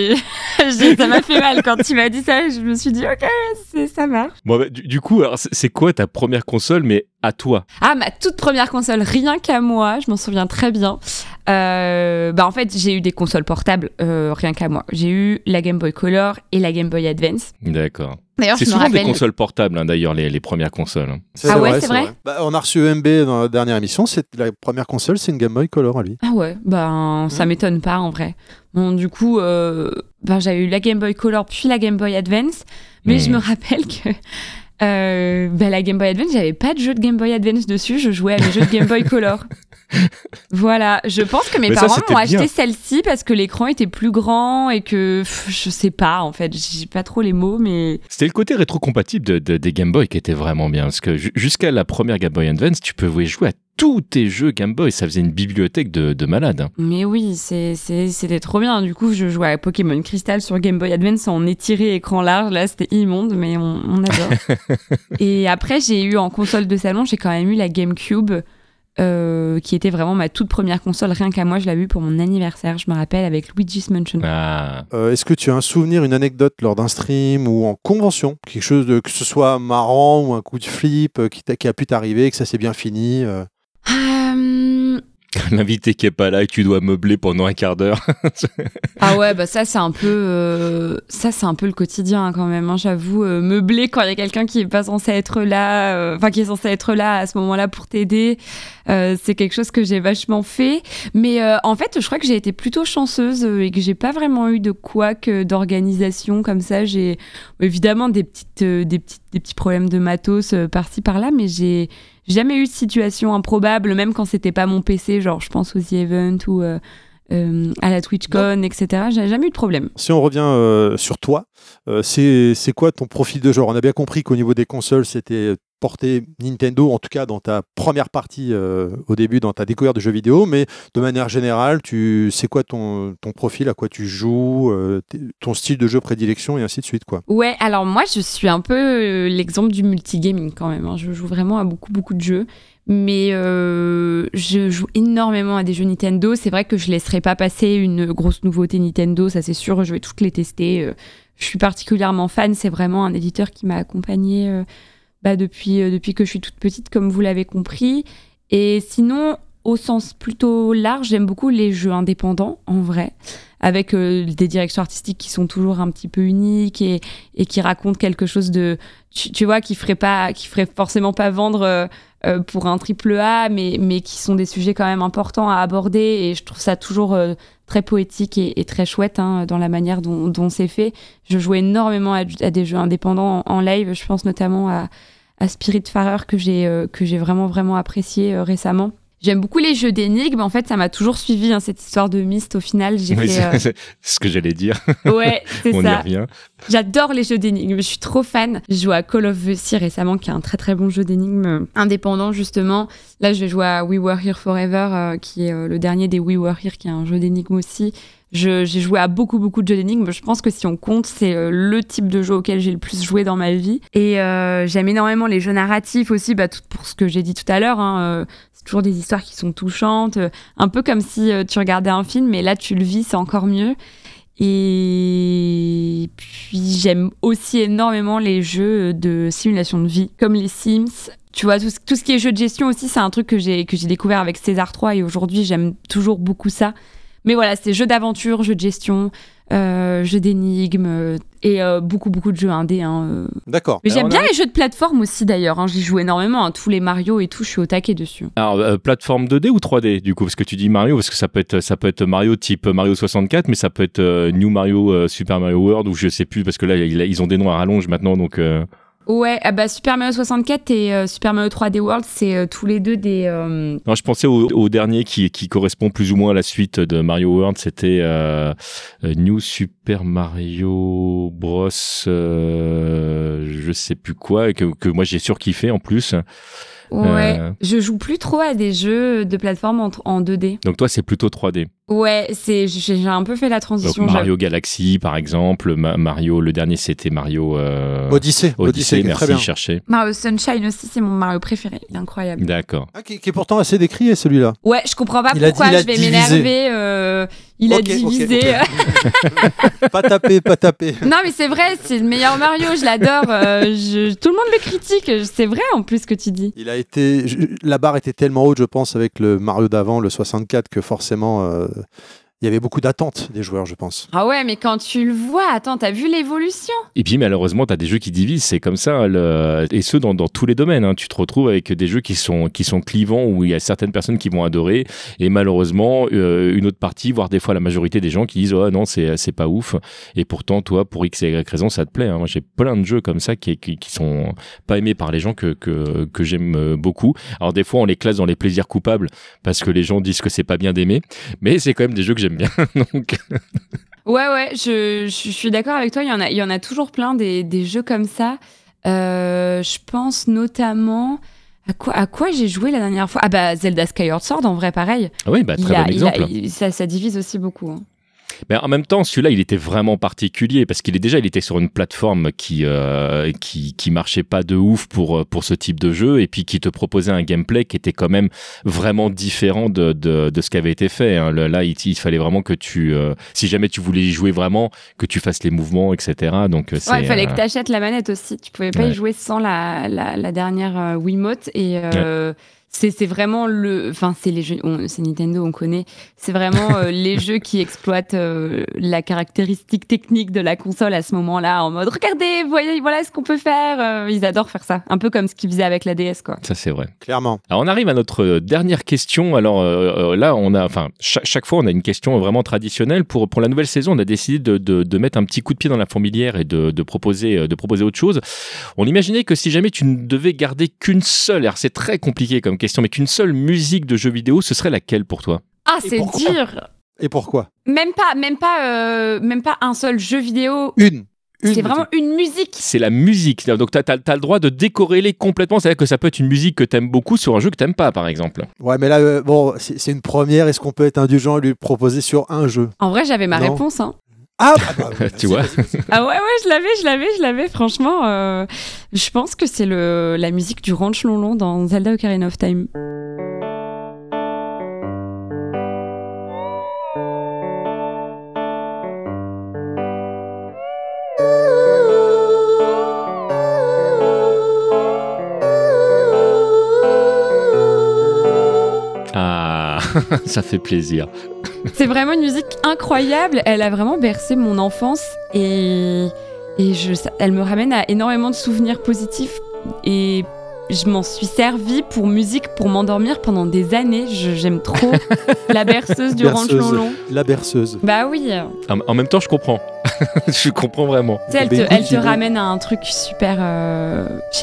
ça m'a fait mal quand tu m'as dit ça. Je me suis dit, ok, ça marche. Bon, bah, du coup, alors, c'est quoi ta première console, mais à toi? Ah, ma toute première console, rien qu'à moi, je m'en souviens très bien. En fait, j'ai eu des consoles portables, rien qu'à moi. J'ai eu la Game Boy Color et la Game Boy Advance. D'accord. D'ailleurs, c'est je me souvent rappelle... des consoles portables, hein, d'ailleurs, les premières consoles. Hein. C'est vrai. On a reçu EMB dans la dernière émission. La première console, c'est une Game Boy Color à lui. Ah ouais, ça m'étonne pas en vrai. Bon, du coup, j'avais eu la Game Boy Color puis la Game Boy Advance. Mais je me rappelle que la Game Boy Advance, j'avais pas de jeu de Game Boy Advance dessus. Je jouais à mes jeux de Game Boy Color. Voilà, je pense que mes parents m'ont acheté celle-ci parce que l'écran était plus grand et que je sais pas en fait, j'ai pas trop les mots, mais c'était le côté rétrocompatible des Game Boy qui était vraiment bien parce que jusqu'à la première Game Boy Advance, tu pouvais jouer à tous tes jeux Game Boy, ça faisait une bibliothèque de malades. Hein. Mais oui, c'était trop bien. Du coup, je jouais à Pokémon Crystal sur Game Boy Advance en étiré écran large. Là, c'était immonde, mais on adore. Et après, j'ai eu en console de salon, j'ai quand même eu la GameCube. Qui était vraiment ma toute première console, rien qu'à moi, je l'ai eu pour mon anniversaire, je me rappelle, avec Luigi's Mansion. Est-ce que tu as un souvenir, une anecdote lors d'un stream ou en convention, quelque chose que ce soit marrant ou un coup de flip qui a pu t'arriver, que ça s'est bien fini L'invité qui est pas là et que tu dois meubler pendant un quart d'heure. Ah ouais, ça c'est un peu le quotidien hein, quand même. Hein, j'avoue, meubler quand il y a quelqu'un qui est pas censé être là, qui est censé être là à ce moment-là pour t'aider, c'est quelque chose que j'ai vachement fait. Mais en fait, je crois que j'ai été plutôt chanceuse et que j'ai pas vraiment eu de couac d'organisation comme ça. J'ai évidemment des petits problèmes de matos par-ci par-là, mais j'ai jamais eu de situation improbable, même quand c'était pas mon PC, genre je pense aux The Event ou à la TwitchCon, etc. J'ai jamais eu de problème. Si on revient sur toi, c'est quoi ton profil de joueur ? On a bien compris qu'au niveau des consoles, c'était porté Nintendo, en tout cas dans ta première partie au début, dans ta découverte de jeux vidéo, mais de manière générale, c'est quoi ton profil, à quoi tu joues, ton style de jeu prédilection et ainsi de suite, quoi. Ouais, alors moi je suis un peu l'exemple du multigaming quand même, hein. Je joue vraiment à beaucoup de jeux, mais je joue énormément à des jeux Nintendo. C'est vrai que je laisserai pas passer une grosse nouveauté Nintendo, ça c'est sûr, je vais toutes les tester. Je suis particulièrement fan, c'est vraiment un éditeur qui m'a accompagnée depuis que je suis toute petite, comme vous l'avez compris. Et sinon, au sens plutôt large, j'aime beaucoup les jeux indépendants, en vrai, avec des directions artistiques qui sont toujours un petit peu uniques et qui racontent quelque chose de... Tu vois, qui ferait forcément pas vendre pour un AAA, mais qui sont des sujets quand même importants à aborder. Et je trouve ça toujours très poétique et très chouette hein, dans la manière dont c'est fait. Je joue énormément à des jeux indépendants en live. Je pense notamment à Spiritfarer que j'ai vraiment apprécié récemment. J'aime beaucoup les jeux d'énigmes. En fait, ça m'a toujours suivi hein, cette histoire de Myst. Au final, c'est ce que j'allais dire. Ouais, c'est ça. On y revient. J'adore les jeux d'énigmes. Je suis trop fan. Je joue à Call of the Sea récemment, qui est un très très bon jeu d'énigmes indépendant justement. Là, je vais jouer à We Were Here Forever, qui est le dernier des We Were Here, qui est un jeu d'énigmes aussi. J'ai joué à beaucoup de jeux d'énigmes. Je pense que si on compte, c'est le type de jeu auquel j'ai le plus joué dans ma vie. Et j'aime énormément les jeux narratifs aussi, tout pour ce que j'ai dit tout à l'heure. C'est toujours des histoires qui sont touchantes, un peu comme si tu regardais un film, mais là tu le vis, c'est encore mieux. Et puis j'aime aussi énormément les jeux de simulation de vie, comme les Sims. Tu vois, tout ce qui est jeu de gestion aussi, c'est un truc que j'ai découvert avec César 3 et aujourd'hui j'aime toujours beaucoup ça. Mais voilà, c'est jeux d'aventure, jeux de gestion, jeux d'énigmes et beaucoup de jeux indés. D'accord. Mais j'aime bien les jeux de plateforme aussi d'ailleurs. J'y joue énormément. Tous les Mario et tout, je suis au taquet dessus. Alors, plateforme 2D ou 3D du coup? Parce que tu dis Mario, parce que ça peut être Mario type Mario 64, mais ça peut être New Mario, Super Mario World, ou je sais plus, parce que là, ils ont des noms à rallonge maintenant, donc... Ouais, Super Mario 64 et Super Mario 3D World, c'est tous les deux des... Non, je pensais au dernier qui correspond plus ou moins à la suite de Mario World, c'était New Super Mario Bros, je sais plus quoi, et que moi j'ai surkiffé en plus. Ouais, je joue plus trop à des jeux de plateforme en 2D. Donc toi, c'est plutôt 3D. Ouais, j'ai un peu fait la transition. Donc Mario Galaxy, par exemple. Mario, le dernier, c'était Mario... Odyssey, merci, très bien. chercher. Mario Sunshine aussi, c'est mon Mario préféré. Il est incroyable. D'accord. Qui est pourtant assez décrié, celui-là. Ouais, je comprends pas pourquoi je vais m'énerver. Il a divisé. Pas taper. Non, mais c'est vrai, c'est le meilleur Mario, je l'adore. Tout le monde le critique. C'est vrai, en plus, ce que tu dis. La barre était tellement haute, je pense, avec le Mario d'avant, le 64, que forcément, il y avait beaucoup d'attentes des joueurs, je pense. Ah ouais, mais quand tu le vois, attends, t'as vu l'évolution? Et puis malheureusement, t'as des jeux qui divisent, c'est comme ça, et ce dans tous les domaines. Tu te retrouves avec des jeux qui sont clivants, où il y a certaines personnes qui vont adorer, et malheureusement une autre partie, voire des fois la majorité des gens qui disent oh non, c'est pas ouf. Et pourtant, toi, pour X et Y raison, ça te plaît. Moi, j'ai plein de jeux comme ça qui sont pas aimés par les gens que j'aime beaucoup. Alors des fois, on les classe dans les plaisirs coupables parce que les gens disent que c'est pas bien d'aimer, mais c'est quand même des jeux que j'aime bien. Donc... Ouais, je suis d'accord avec toi. Il y en a toujours plein des jeux comme ça. Je pense notamment à quoi j'ai joué la dernière fois. Zelda Skyward Sword, en vrai, pareil. Ah oui, très bon exemple. Ça divise aussi beaucoup. Mais en même temps, celui-là, il était vraiment particulier parce qu'il était sur une plateforme qui marchait pas de ouf pour ce type de jeu, et puis qui te proposait un gameplay qui était quand même vraiment différent de ce qui avait été fait. Là, il fallait vraiment que si jamais tu voulais y jouer vraiment, que tu fasses les mouvements, etc. Donc, il fallait que tu achètes la manette aussi. Tu pouvais pas y jouer sans la dernière Wiimote et. C'est vraiment c'est les jeux, c'est Nintendo, on connaît. C'est vraiment les jeux qui exploitent la caractéristique technique de la console à ce moment-là, en mode regardez, voyez, voilà ce qu'on peut faire. Ils adorent faire ça, un peu comme ce qu'ils faisaient avec la DS, quoi. Ça, c'est vrai. Clairement. Alors, on arrive à notre dernière question. Alors là, chaque fois, on a une question vraiment traditionnelle. Pour la nouvelle saison, on a décidé de mettre un petit coup de pied dans la fourmilière et de proposer autre chose. On imaginait que si jamais tu ne devais garder qu'une seule, alors c'est très compliqué comme question, mais qu'une seule musique de jeu vidéo, ce serait laquelle pour toi? Ah, c'est dur. Et pourquoi? Même pas un seul jeu vidéo. C'est vraiment une musique. C'est la musique. Donc, t'as le droit de décorréler complètement. C'est-à-dire que ça peut être une musique que t'aimes beaucoup sur un jeu que t'aimes pas, par exemple. Ouais, mais là, c'est une première. Est-ce qu'on peut être indulgent et lui proposer sur un jeu? En vrai, j'avais ma réponse. Tu vois. Ah ouais, je l'avais. Franchement, je pense que c'est la musique du Ranch Lon-Lon dans Zelda Ocarina of Time. Ah, ça fait plaisir. C'est vraiment une musique incroyable. Elle a vraiment bercé mon enfance et elle me ramène à énormément de souvenirs positifs. Et je m'en suis servie pour musique, pour m'endormir pendant des années. J'aime trop la berceuse du Ranch Lon-Lon. La berceuse. Bah oui. En même temps, je comprends. Je comprends vraiment. Tu sais, elle te ramène à un truc super, je sais pas,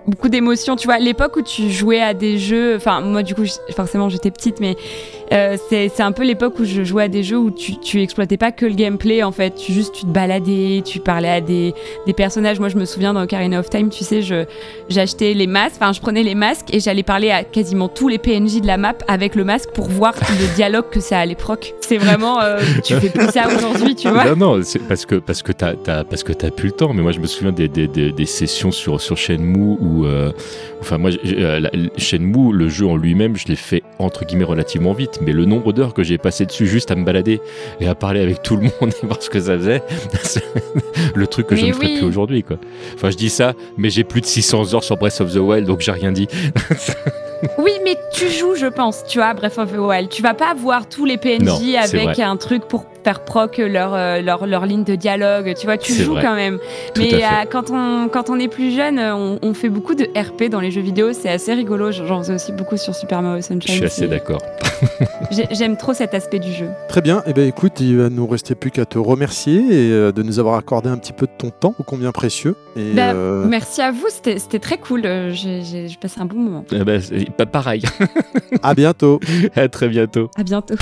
beaucoup d'émotions. Tu vois, l'époque où tu jouais à des jeux, enfin moi du coup forcément j'étais petite, mais c'est un peu l'époque où je jouais à des jeux où tu exploitais pas que le gameplay en fait, tu te baladais, tu parlais à des personnages. Moi je me souviens dans Ocarina of Time, tu sais, j'achetais les masques, enfin je prenais les masques et j'allais parler à quasiment tous les PNJ de la map avec le masque pour voir le dialogue que ça allait proc. C'est vraiment, tu fais plus ça aujourd'hui, tu vois. Non, c'est parce que t'as plus le temps. Mais moi je me souviens des sessions sur Shenmue où, enfin moi Shenmue, le jeu en lui-même, je l'ai fait entre guillemets relativement vite. Mais le nombre d'heures que j'ai passé dessus juste à me balader et à parler avec tout le monde et voir ce que ça faisait, c'est le truc que je ne ferais plus aujourd'hui, quoi. Enfin, je dis ça, mais j'ai plus de 600 heures sur Breath of the Wild, donc j'ai rien dit. Oui, mais tu joues, je pense, tu vois, Breath of the Wild. Tu vas pas voir tous les PNJ avec un truc pour faire proc leur ligne de dialogue, tu vois, tu joues quand même. Tout mais quand on est plus jeune, on fait beaucoup de RP dans les jeux vidéo, c'est assez rigolo. J'en faisais aussi beaucoup sur Super Mario Sunshine. Je suis assez d'accord. J'aime trop cet aspect du jeu. Très bien, et écoute, il va nous rester plus qu'à te remercier et de nous avoir accordé un petit peu de ton temps, ô combien précieux. Et merci à vous, c'était très cool, j'ai passé un bon moment. Pareil. À bientôt. À très bientôt. À bientôt.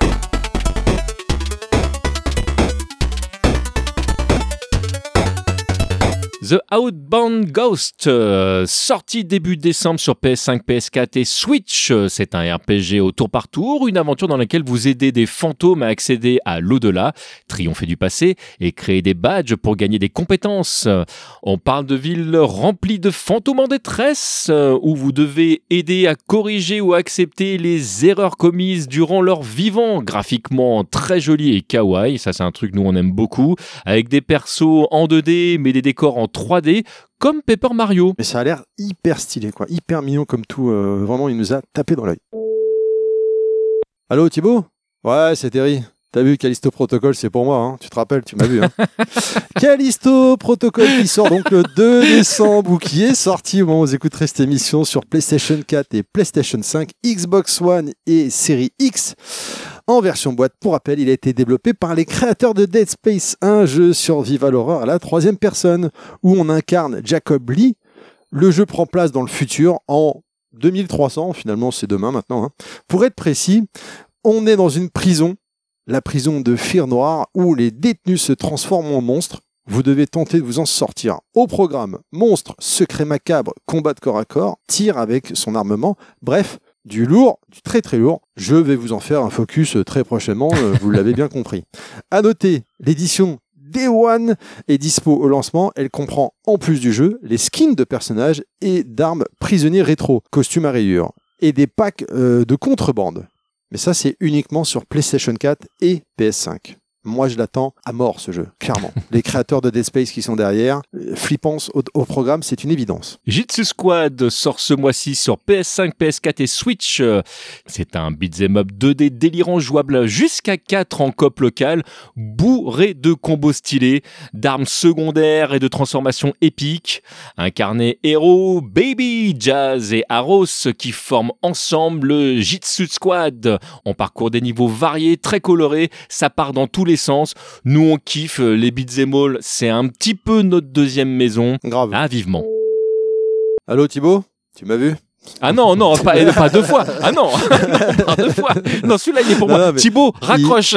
The Outbound Ghost, sorti début décembre sur PS5, PS4 et Switch. C'est un RPG au tour par tour, une aventure dans laquelle vous aidez des fantômes à accéder à l'au-delà, triompher du passé et créer des badges pour gagner des compétences. On parle de villes remplies de fantômes en détresse, où vous devez aider à corriger ou accepter les erreurs commises durant leur vivant. Graphiquement très joli et kawaii, ça c'est un truc nous on aime beaucoup, avec des persos en 2D mais des décors en 3D, comme Paper Mario. Mais ça a l'air hyper stylé, quoi, hyper mignon comme tout. Vraiment, il nous a tapé dans l'œil. Allô, Thibaut ? Ouais, c'est Terry. T'as vu Callisto Protocol, c'est pour moi, hein. Tu te rappelles, tu m'as vu. Hein. Callisto Protocol qui sort donc le 2 décembre ou qui est sorti au moment où vous écouterez cette émission sur PlayStation 4 et PlayStation 5, Xbox One et Série X. En version boîte, pour rappel, il a été développé par les créateurs de Dead Space, un jeu survival horror à la 3e personne, où on incarne Jacob Lee. Le jeu prend place dans le futur en 2300, finalement c'est demain maintenant. Hein. Pour être précis, on est dans une prison, la prison de Fear Noir, où les détenus se transforment en monstres. Vous devez tenter de vous en sortir. Au programme, monstres, secrets macabres, combat de corps à corps, tir avec son armement, bref, du lourd, du très très lourd. Je vais vous en faire un focus très prochainement, vous l'avez bien compris. À noter, l'édition Day One est dispo au lancement. Elle comprend, en plus du jeu, les skins de personnages et d'armes prisonniers rétro, costumes à rayures, et des packs de contrebande. Mais ça, c'est uniquement sur PlayStation 4 et PS5. Moi, je l'attends à mort, ce jeu, clairement. Les créateurs de Dead Space qui sont derrière, flippance au programme, c'est une évidence. Jitsu Squad sort ce mois-ci sur PS5, PS4 et Switch. C'est un beat'em up 2D délirant jouable jusqu'à 4 en coop local, bourré de combos stylés, d'armes secondaires et de transformations épiques. Incarné Hero, Baby, Jazz et Aros qui forment ensemble le Jitsu Squad. On parcourt des niveaux variés, très colorés, ça part dans tous les sens. Nous on kiffe les beat'em all, c'est un petit peu notre deuxième maison. Grave. Ah, vivement. Allô Thibaut, tu m'as vu ? Ah non, pas 2 fois. Ah non, pas 2 fois. Non, celui-là il est pour moi. Thibaut, raccroche.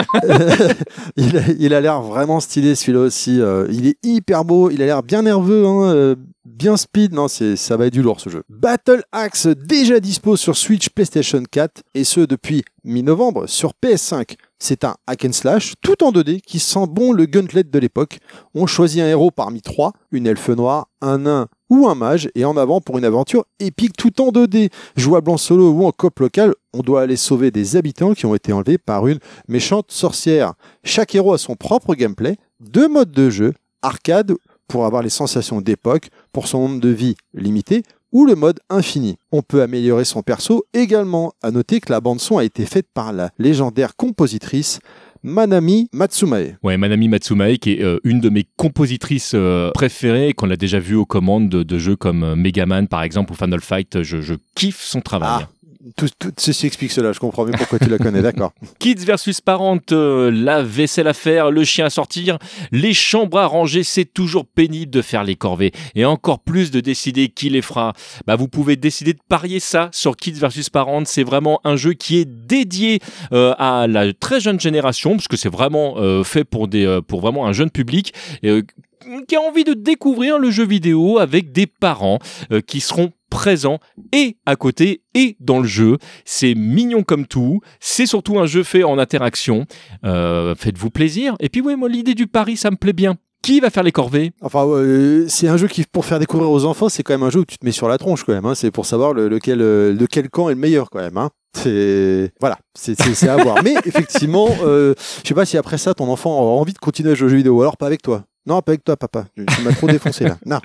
Il a l'air vraiment stylé celui-là aussi. Il est hyper beau, il a l'air bien nerveux, hein, bien speed. Non, ça va être du lourd ce jeu. Battle Axe, déjà dispo sur Switch, PlayStation 4 et ce depuis mi-novembre sur PS5. C'est un hack and slash tout en 2D qui sent bon le Gauntlet de l'époque. On choisit un héros parmi 3, une elfe noire, un nain ou un mage, et en avant pour une aventure épique tout en 2D. Jouable en solo ou en coop local, on doit aller sauver des habitants qui ont été enlevés par une méchante sorcière. Chaque héros a son propre gameplay, 2 modes de jeu, arcade pour avoir les sensations d'époque, pour son nombre de vie limité, ou le mode infini. On peut améliorer son perso également. À noter que la bande-son a été faite par la légendaire compositrice Manami Matsumae. Ouais, Manami Matsumae qui est une de mes compositrices préférées, qu'on a déjà vu aux commandes de jeux comme Mega Man par exemple ou Final Fight. Je kiffe son travail. Tout ceci explique cela, je comprends mieux pourquoi tu la connais, d'accord. Kids versus parents, la vaisselle à faire, le chien à sortir, les chambres à ranger, c'est toujours pénible de faire les corvées. Et encore plus de décider qui les fera. Vous pouvez décider de parier ça sur Kids versus parents. C'est vraiment un jeu qui est dédié à la très jeune génération, parce que c'est vraiment fait pour vraiment un jeune public. Qui a envie de découvrir le jeu vidéo avec des parents qui seront présents et à côté et dans le jeu. C'est mignon comme tout. C'est surtout un jeu fait en interaction. Faites-vous plaisir. Et puis moi, l'idée du pari, ça me plaît bien. Qui va faire les corvées ? Enfin, c'est un jeu qui, pour faire découvrir aux enfants, c'est quand même un jeu où tu te mets sur la tronche quand même. Hein. C'est pour savoir de quel camp est le meilleur quand même. Hein. C'est à voir. Mais effectivement, je sais pas si après ça, ton enfant aura envie de continuer à jouer aux jeux vidéo. Alors pas avec toi. Non, pas avec toi, papa. Tu m'as trop défoncé là. Non.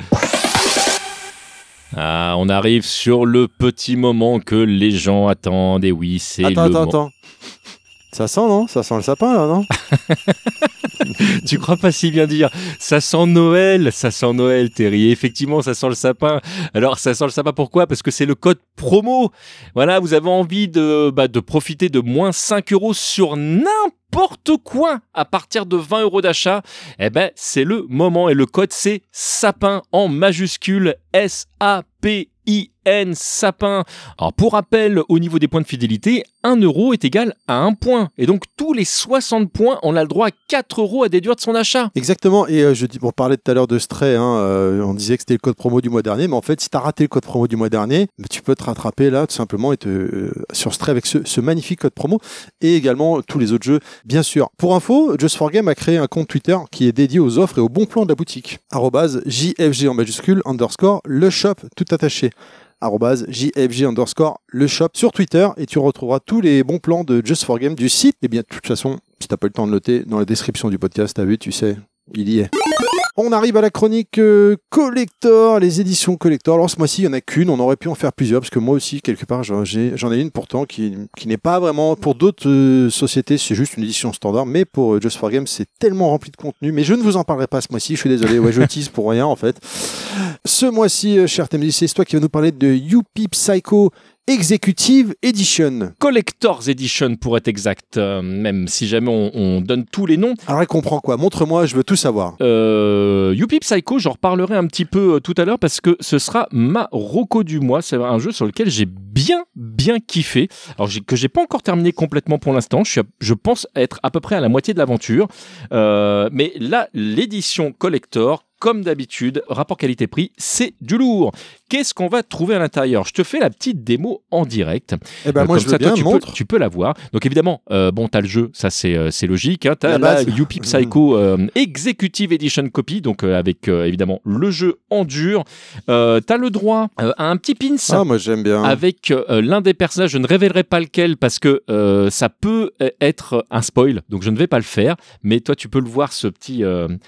Ah, on arrive sur le petit moment que les gens attendent. Et oui, c'est Attends. Ça sent, non ? Ça sent le sapin, là, non ? Tu crois pas si bien dire. Ça sent Noël, Terry. Et effectivement, ça sent le sapin. Alors, ça sent le sapin pourquoi ? Parce que c'est le code promo. Voilà, vous avez envie de profiter de moins 5 € sur n'importe quoi à partir de 20 € d'achat. C'est le moment. Et le code, c'est SAPIN en majuscule. SAPIN, sapin. Alors pour rappel, au niveau des points de fidélité, 1 € est égal à 1 point. Et donc tous les 60 points, on a le droit à 4 € à déduire de son achat. Exactement. Et on parlait tout à l'heure de Stray, on disait que c'était le code promo du mois dernier, mais en fait, si tu as raté le code promo du mois dernier, tu peux te rattraper là tout simplement sur Stray avec ce magnifique code promo et également tous les autres jeux, bien sûr. Pour info, Just for Game a créé un compte Twitter qui est dédié aux offres et aux bons plans de la boutique. @JFG en majuscule _ le shop tout attaché. @JFG_ le shop sur Twitter et tu retrouveras tous les bons plans de Just for Game du site. Et bien, de toute façon, si t'as pas eu le temps de noter, dans la description du podcast, t'as vu, tu sais, il y est. On arrive à la chronique collector, les éditions collector. Alors ce mois-ci, il n'y en a qu'une, on aurait pu en faire plusieurs, parce que moi aussi, quelque part, j'en ai une pourtant qui n'est pas vraiment, pour d'autres sociétés, c'est juste une édition standard, mais pour Just for Game, c'est tellement rempli de contenu, mais je ne vous en parlerai pas ce mois-ci, je suis désolé, je tease pour rien en fait. Ce mois-ci, cher TMJ, c'est toi qui vas nous parler de Youpi Psycho Executive Edition. Collector's Edition pour être exact, même si jamais on donne tous les noms. Alors elle comprend quoi ? Montre-moi, je veux tout savoir. Youpi Psycho, j'en reparlerai un petit peu tout à l'heure parce que ce sera ma reco du mois. C'est un jeu sur lequel j'ai bien kiffé. Alors que j'ai pas encore terminé complètement pour l'instant. Je pense être à peu près à la moitié de l'aventure. Mais là, l'édition collector, comme d'habitude, rapport qualité-prix, c'est du lourd. Qu'est-ce qu'on va trouver à l'intérieur ? Je te fais la petite démo en direct. Moi, je veux bien, tu peux la voir. Donc évidemment, t'as le jeu, ça c'est logique. Hein, t'as la Youpi Psycho Executive Edition Copy, donc avec évidemment le jeu en dur. T'as le droit à un petit pins. Ah, moi j'aime bien. Avec l'un des personnages, je ne révélerai pas lequel parce que ça peut être un spoil, donc je ne vais pas le faire. Mais toi, tu peux le voir, ce petit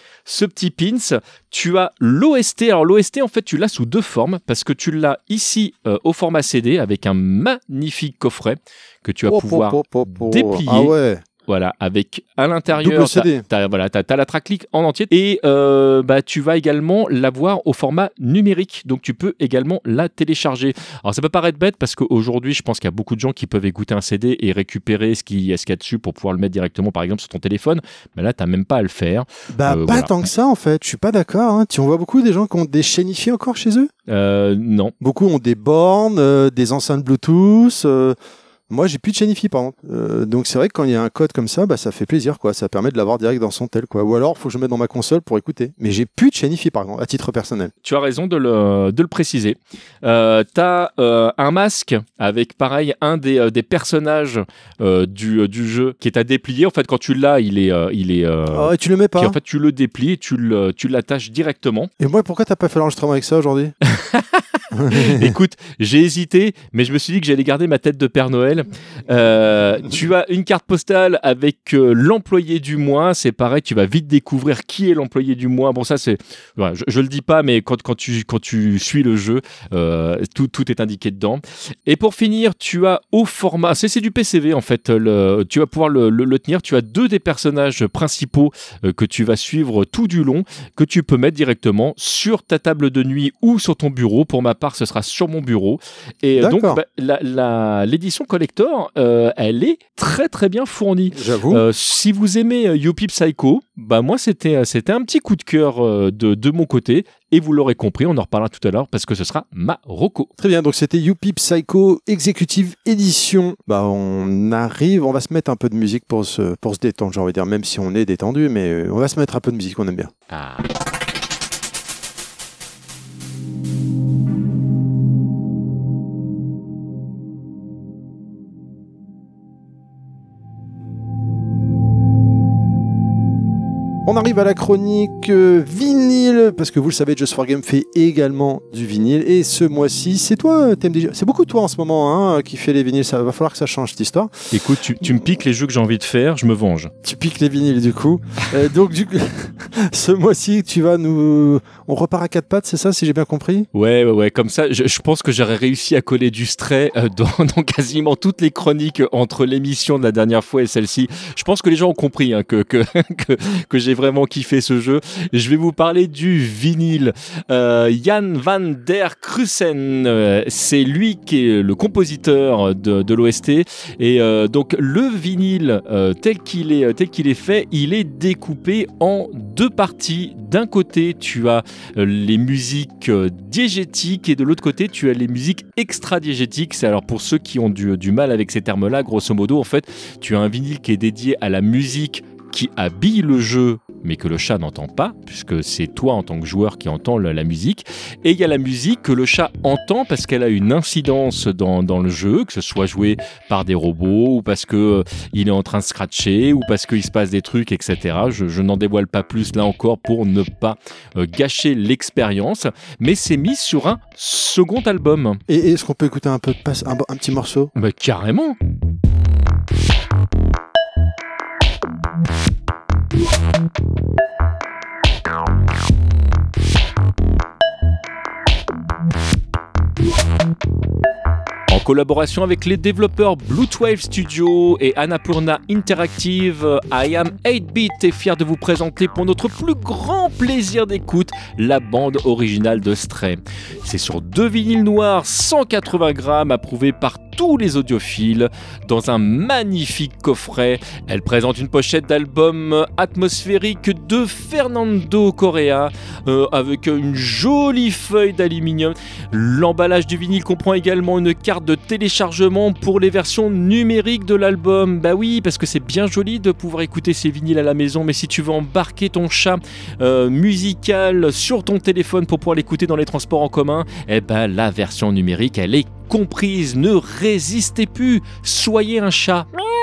pins. Tu as l'OST. Alors l'OST, en fait, tu l'as sous deux formes parce que tu l'as ici au format CD avec un magnifique coffret que tu vas pouvoir déplier. Ah ouais. Voilà, avec à l'intérieur, t'as la tracklist en entier et tu vas également l'avoir au format numérique, donc tu peux également la télécharger. Alors ça peut paraître bête parce qu'aujourd'hui, je pense qu'il y a beaucoup de gens qui peuvent écouter un CD et récupérer ce qu'il y a dessus pour pouvoir le mettre directement, par exemple, sur ton téléphone. Mais là, t'as même pas à le faire. Pas tant que ça, en fait. Je suis pas d'accord. Hein. On voit beaucoup des gens qui ont des chaînifiés encore chez eux. Non. Beaucoup ont des bornes, des enceintes Bluetooth. Moi, j'ai plus de Chainify, par exemple. Donc, c'est vrai que quand il y a un code comme ça, ça fait plaisir, quoi. Ça permet de l'avoir direct dans son tel, quoi. Ou alors, il faut que je le mette dans ma console pour écouter. Mais j'ai plus de Chainify, par exemple, à titre personnel. Tu as raison de le préciser. T'as un masque avec, pareil, un des personnages du jeu qui est à déplier. En fait, quand tu l'as, il est. et tu le mets pas. Puis, en fait, tu le déplies et tu l'attaches directement. Et moi, pourquoi t'as pas fait l'enregistrement avec ça aujourd'hui ? Écoute, j'ai hésité, mais je me suis dit que j'allais garder ma tête de Père Noël. Tu as une carte postale avec l'employé du mois. C'est pareil, tu vas vite découvrir qui est l'employé du mois. Bon, ça, c'est... Voilà, je le dis pas, mais quand tu suis le jeu, tout est indiqué dedans. Et pour finir, tu as au format... C'est du PCV, en fait. Tu vas pouvoir le tenir. Tu as deux des personnages principaux que tu vas suivre tout du long, que tu peux mettre directement sur ta table de nuit ou sur ton bureau. Pour ma part, part, ce sera sur mon bureau. Et donc, l'édition collector, elle est très très bien fournie. J'avoue. Si vous aimez Youpi Psycho, moi c'était un petit coup de cœur de mon côté. Et vous l'aurez compris, on en reparlera tout à l'heure parce que ce sera ma reco. Très bien, donc c'était Youpi Psycho Executive Edition. On va se mettre un peu de musique pour se détendre, j'ai envie de dire, même si on est détendu, mais on va se mettre un peu de musique, on aime bien. Ah. On arrive à la chronique vinyle, parce que vous le savez, Just for Game fait également du vinyle. Et ce mois-ci, c'est toi, TMDJ. C'est beaucoup toi en ce moment qui fait les vinyles. Ça va falloir que ça change cette histoire. Écoute, tu me piques les jeux que j'ai envie de faire, je me venge. Tu piques les vinyles du coup. Donc du coup, ce mois-ci, on repart à quatre pattes, c'est ça, si j'ai bien compris ? Ouais. Comme ça, je pense que j'aurais réussi à coller du Stray dans quasiment toutes les chroniques entre l'émission de la dernière fois et celle-ci. Je pense que les gens ont compris que j'ai vraiment kiffé ce jeu. Je vais vous parler du vinyle. Jan van der Krusen, c'est lui qui est le compositeur de l'OST. Et donc le vinyle tel qu'il est fait, il est découpé en deux parties. D'un côté, tu as les musiques diégétiques et de l'autre côté, tu as les musiques extra-diégétiques. C'est alors pour ceux qui ont du mal avec ces termes-là, grosso modo, en fait, tu as un vinyle qui est dédié à la musique qui habille le jeu, mais que le chat n'entend pas, puisque c'est toi en tant que joueur qui entends la musique. Et il y a la musique que le chat entend parce qu'elle a une incidence dans le jeu, que ce soit joué par des robots, ou parce qu'il est en train de scratcher, ou parce qu'il se passe des trucs, etc. Je n'en dévoile pas plus là encore pour ne pas gâcher l'expérience, mais c'est mis sur un second album. Et est-ce qu'on peut écouter un petit morceau ? Carrément. En collaboration avec les développeurs Bluetwave Studio et Annapurna Interactive, I Am 8-Bit est fier de vous présenter pour notre plus grand plaisir d'écoute la bande originale de Stray. C'est sur 2 vinyles noirs 180 grammes approuvés par tous les audiophiles dans un magnifique coffret. Elle présente une pochette d'album atmosphérique de Fernando Correa avec une jolie feuille d'aluminium. L'emballage du vinyle comprend également une carte de téléchargement pour les versions numériques de l'album. Bah oui, parce que c'est bien joli de pouvoir écouter ces vinyles à la maison, mais si tu veux embarquer ton chat musical sur ton téléphone pour pouvoir l'écouter dans les transports en commun, la version numérique, elle est comprise. Ne résistez plus, soyez un chat.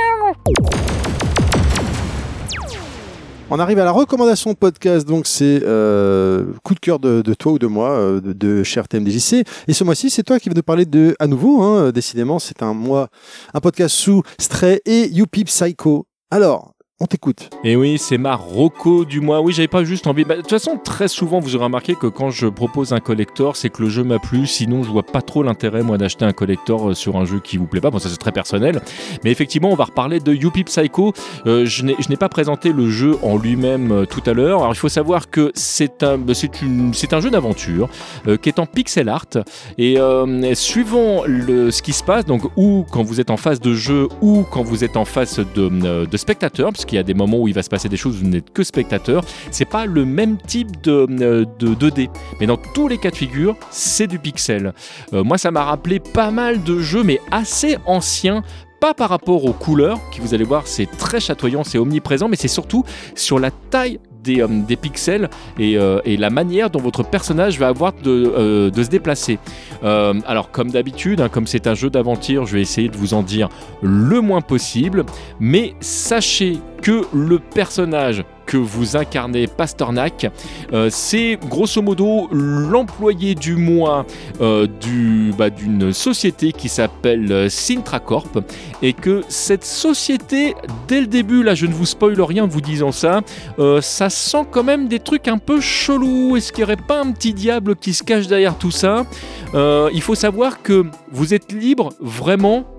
On arrive à la recommandation podcast, donc c'est coup de cœur de toi ou de moi, de cher TMDJC. Et ce mois-ci, c'est toi qui vas nous parler à nouveau, décidément, c'est un podcast sous Stray et Youpi Psycho. Alors, on t'écoute. Et oui, c'est ma reco du mois. Oui, j'avais pas juste envie. De toute façon, très souvent, vous aurez remarqué que quand je propose un collector, c'est que le jeu m'a plu. Sinon, je vois pas trop l'intérêt, moi, d'acheter un collector sur un jeu qui vous plaît pas. Bon, ça, c'est très personnel. Mais effectivement, on va reparler de Youpi Psycho. Je n'ai pas présenté le jeu en lui-même tout à l'heure. Alors, il faut savoir que c'est un jeu d'aventure qui est en pixel art. Et suivant ce qui se passe, donc, ou quand vous êtes en phase de jeu, ou quand vous êtes en phase de spectateur, qu'il y a des moments où il va se passer des choses où vous n'êtes que spectateur, c'est pas le même type de 2D, mais dans tous les cas de figure, c'est du pixel. Moi, ça m'a rappelé pas mal de jeux, mais assez anciens, pas par rapport aux couleurs, qui vous allez voir, c'est très chatoyant, c'est omniprésent, mais c'est surtout sur la taille des pixels et la manière dont votre personnage va avoir de se déplacer. Alors comme d'habitude, comme c'est un jeu d'aventure, je vais essayer de vous en dire le moins possible, mais sachez que le personnage que vous incarnez, Pasternak, c'est grosso modo l'employé du mois d'une société qui s'appelle Sintracorp, et que cette société, dès le début, là je ne vous spoil rien en vous disant ça, ça sent quand même des trucs un peu chelous. Est-ce qu'il n'y aurait pas un petit diable qui se cache derrière tout ça ? Il faut savoir que vous êtes libre vraiment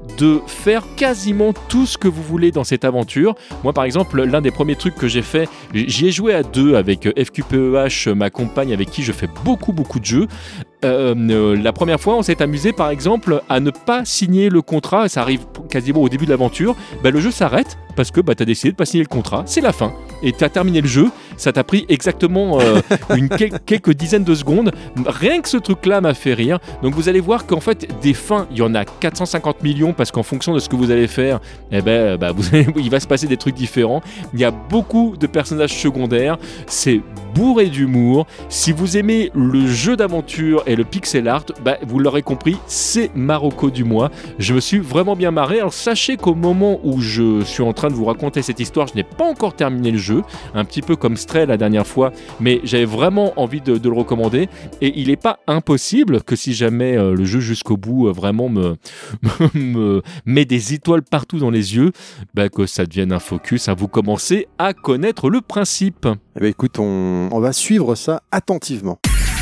de faire quasiment tout ce que vous voulez dans cette aventure. Moi, par exemple, l'un des premiers trucs que j'ai fait, j'y ai joué à 2 avec FQPEH, ma compagne avec qui je fais beaucoup de jeux. La première fois, on s'est amusé, par exemple, à ne pas signer le contrat, et ça arrive quasiment au début de l'aventure. Le jeu s'arrête parce que tu as décidé de pas signer le contrat, c'est la fin. Et tu as terminé le jeu, ça t'a pris exactement quelques dizaines de secondes. Rien que ce truc-là m'a fait rire. Donc vous allez voir qu'en fait, des fins, il y en a 450 millions parce qu'en fonction de ce que vous allez faire, il va se passer des trucs différents. Il y a beaucoup de personnages secondaires, c'est bourré d'humour. Si vous aimez le jeu d'aventure et le pixel art, vous l'aurez compris, c'est Marocco du mois. Je me suis vraiment bien marré. Alors sachez qu'au moment où je suis en train de vous raconter cette histoire, je n'ai pas encore terminé le jeu, un petit peu comme Stray la dernière fois, mais j'avais vraiment envie de le recommander, et il n'est pas impossible que si jamais le jeu jusqu'au bout vraiment me met des étoiles partout dans les yeux, que ça devienne un focus, vous commencez à connaître le principe. Écoute, on va suivre ça attentivement.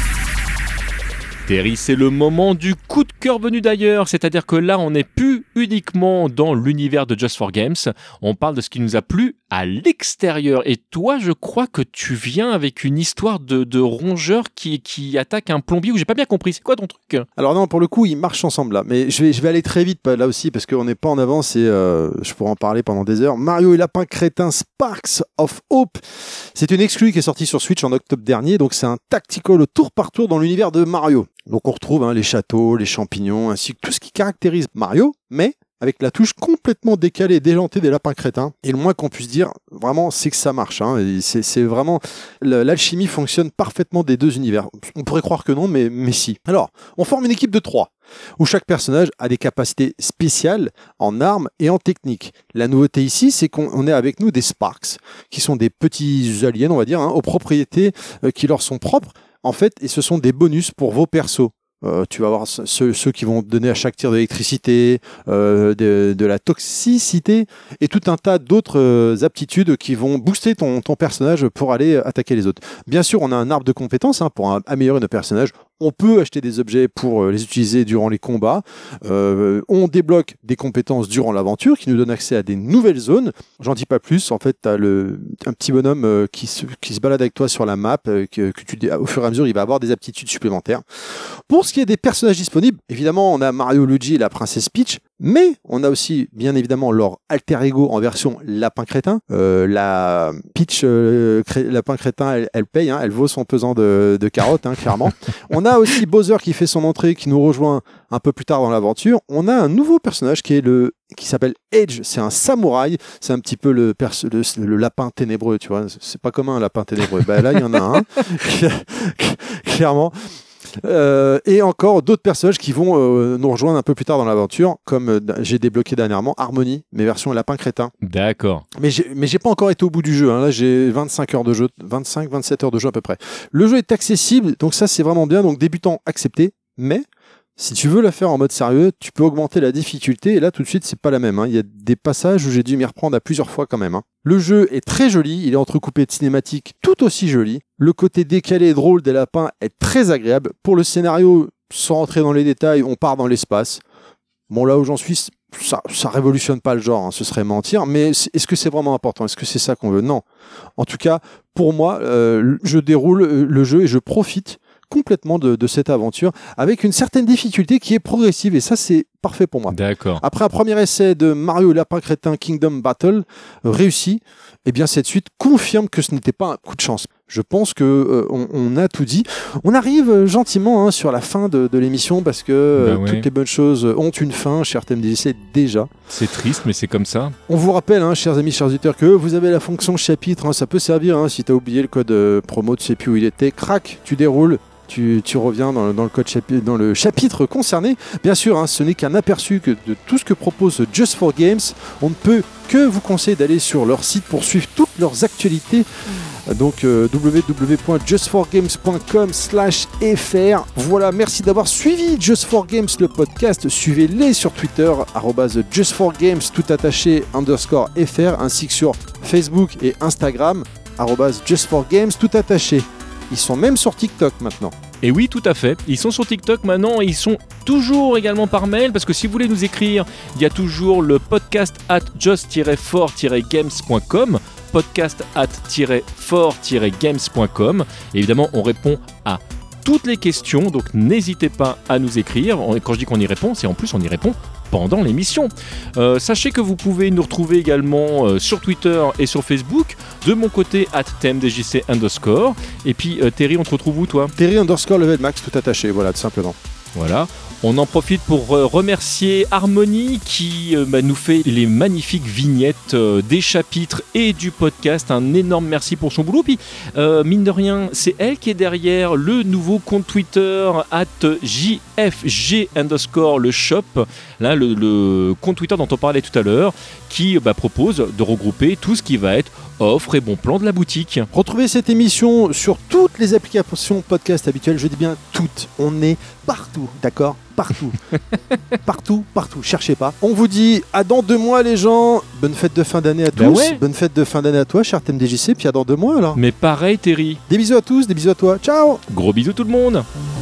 Terry, c'est le moment du coup de cœur venu d'ailleurs, c'est-à-dire que là on n'est plus uniquement dans l'univers de Just for Games, on parle de ce qui nous a plu à l'extérieur. Et toi, je crois que tu viens avec une histoire de rongeur qui attaque un plombier, où j'ai pas bien compris, c'est quoi ton truc ? Alors non, pour le coup, ils marchent ensemble là, mais je vais aller très vite là aussi parce qu'on n'est pas en avance et je pourrais en parler pendant des heures. Mario et Lapin Crétin Sparks of Hope, c'est une exclue qui est sortie sur Switch en octobre dernier, donc c'est un tactical au tour par tour dans l'univers de Mario. Donc on retrouve les châteaux, les champignons, ainsi que tout ce qui caractérise Mario, mais avec la touche complètement décalée et déjantée des lapins crétins. Et le moins qu'on puisse dire, vraiment, c'est que ça marche. C'est vraiment... L'alchimie fonctionne parfaitement des deux univers. On pourrait croire que non, mais si. Alors, on forme une équipe de 3, où chaque personnage a des capacités spéciales en armes et en technique. La nouveauté ici, c'est qu'on est avec nous des Sparks, qui sont des petits aliens, on va dire, aux propriétés qui leur sont propres, en fait, et ce sont des bonus pour vos persos. Tu vas avoir ceux qui vont donner à chaque tir de l'électricité, de la toxicité et tout un tas d'autres aptitudes qui vont booster ton personnage pour aller attaquer les autres. Bien sûr, on a un arbre de compétences pour améliorer nos personnages. On peut acheter des objets pour les utiliser durant les combats. On débloque des compétences durant l'aventure qui nous donnent accès à des nouvelles zones. J'en dis pas plus. En fait, tu as un petit bonhomme qui se balade avec toi sur la map. Au fur et à mesure, il va avoir des aptitudes supplémentaires. Pour ce qui est des personnages disponibles, évidemment, on a Mario, Luigi et la princesse Peach. Mais on a aussi, bien évidemment, leur alter ego en version lapin crétin. La Peach lapin crétin, elle paye, elle vaut son pesant de carottes, clairement. On a aussi Bowser qui fait son entrée, qui nous rejoint un peu plus tard dans l'aventure. On a un nouveau personnage qui s'appelle Edge. C'est un samouraï. C'est un petit peu le lapin ténébreux, tu vois. C'est pas commun un lapin ténébreux. Là, il y en a un, clairement. Et encore d'autres personnages qui vont nous rejoindre un peu plus tard dans l'aventure, comme j'ai débloqué dernièrement Harmony, mes versions lapin crétin. D'accord. Mais j'ai pas encore été au bout du jeu. Là, j'ai 25 heures de jeu, 27 heures de jeu à peu près. Le jeu est accessible, donc ça c'est vraiment bien. Donc débutant accepté, mais si tu veux la faire en mode sérieux, tu peux augmenter la difficulté et là tout de suite c'est pas la même. Il y a des passages où j'ai dû m'y reprendre à plusieurs fois quand même. Le jeu est très joli, il est entrecoupé de cinématiques tout aussi jolies. Le côté décalé et drôle des lapins est très agréable. Pour le scénario, sans rentrer dans les détails, on part dans l'espace. Bon, là où j'en suis, ça révolutionne pas le genre, ce serait mentir, mais est-ce que c'est vraiment important ? Est-ce que c'est ça qu'on veut ? Non. En tout cas, pour moi, je déroule le jeu et je profite complètement de cette aventure avec une certaine difficulté qui est progressive et ça c'est parfait pour moi. D'accord. Après un premier essai de Mario Lapin Crétin Kingdom Battle réussi, eh bien cette suite confirme que ce n'était pas un coup de chance. Je pense que on a tout dit. On arrive gentiment sur la fin de l'émission parce que toutes les bonnes choses ont une fin, cher TMDJC déjà. C'est triste mais c'est comme ça. On vous rappelle, chers amis, chers auditeurs, que vous avez la fonction chapitre, ça peut servir si tu as oublié le code promo, tu sais plus où il était, crac, tu déroules. Tu reviens dans le chapitre concerné. Bien sûr, ce n'est qu'un aperçu de tout ce que propose Just for Games. On ne peut que vous conseiller d'aller sur leur site pour suivre toutes leurs actualités. Donc www.justforgames.com/fr. Voilà, merci d'avoir suivi Just for Games, le podcast. Suivez-les sur Twitter, @justforgames, tout attaché, _fr, ainsi que sur Facebook et Instagram, @justforgames, tout attaché. Ils sont même sur TikTok maintenant. Et oui, tout à fait. Ils sont sur TikTok maintenant et ils sont toujours également par mail parce que si vous voulez nous écrire, il y a toujours le podcast @just-for-games.com podcast@-for-games.com et évidemment on répond à toutes les questions, donc n'hésitez pas à nous écrire. Quand je dis qu'on y répond, c'est en plus on y répond pendant l'émission. Sachez que vous pouvez nous retrouver également sur Twitter et sur Facebook. De mon côté, @tmdjc_. Et puis Terry, on te retrouve où toi ? Terry_levelmax tout attaché, voilà, tout simplement. Voilà. On en profite pour remercier Harmony qui nous fait les magnifiques vignettes des chapitres et du podcast. Un énorme merci pour son boulot. Puis, mine de rien, c'est elle qui est derrière le nouveau compte Twitter @jfg_ le shop, là, le compte Twitter dont on parlait tout à l'heure, qui propose de regrouper tout ce qui va être offre et bon plan de la boutique. Retrouvez cette émission sur toutes les applications podcast habituelles, je dis bien toutes. On est partout, d'accord ? Partout. partout. Cherchez pas. On vous dit à dans 2 mois les gens. Bonne fête de fin d'année à tous. Ouais. Bonne fête de fin d'année à toi, cher TMDJC. Puis à dans 2 mois alors. Mais pareil Terry. Des bisous à tous, des bisous à toi. Ciao. Gros bisous tout le monde.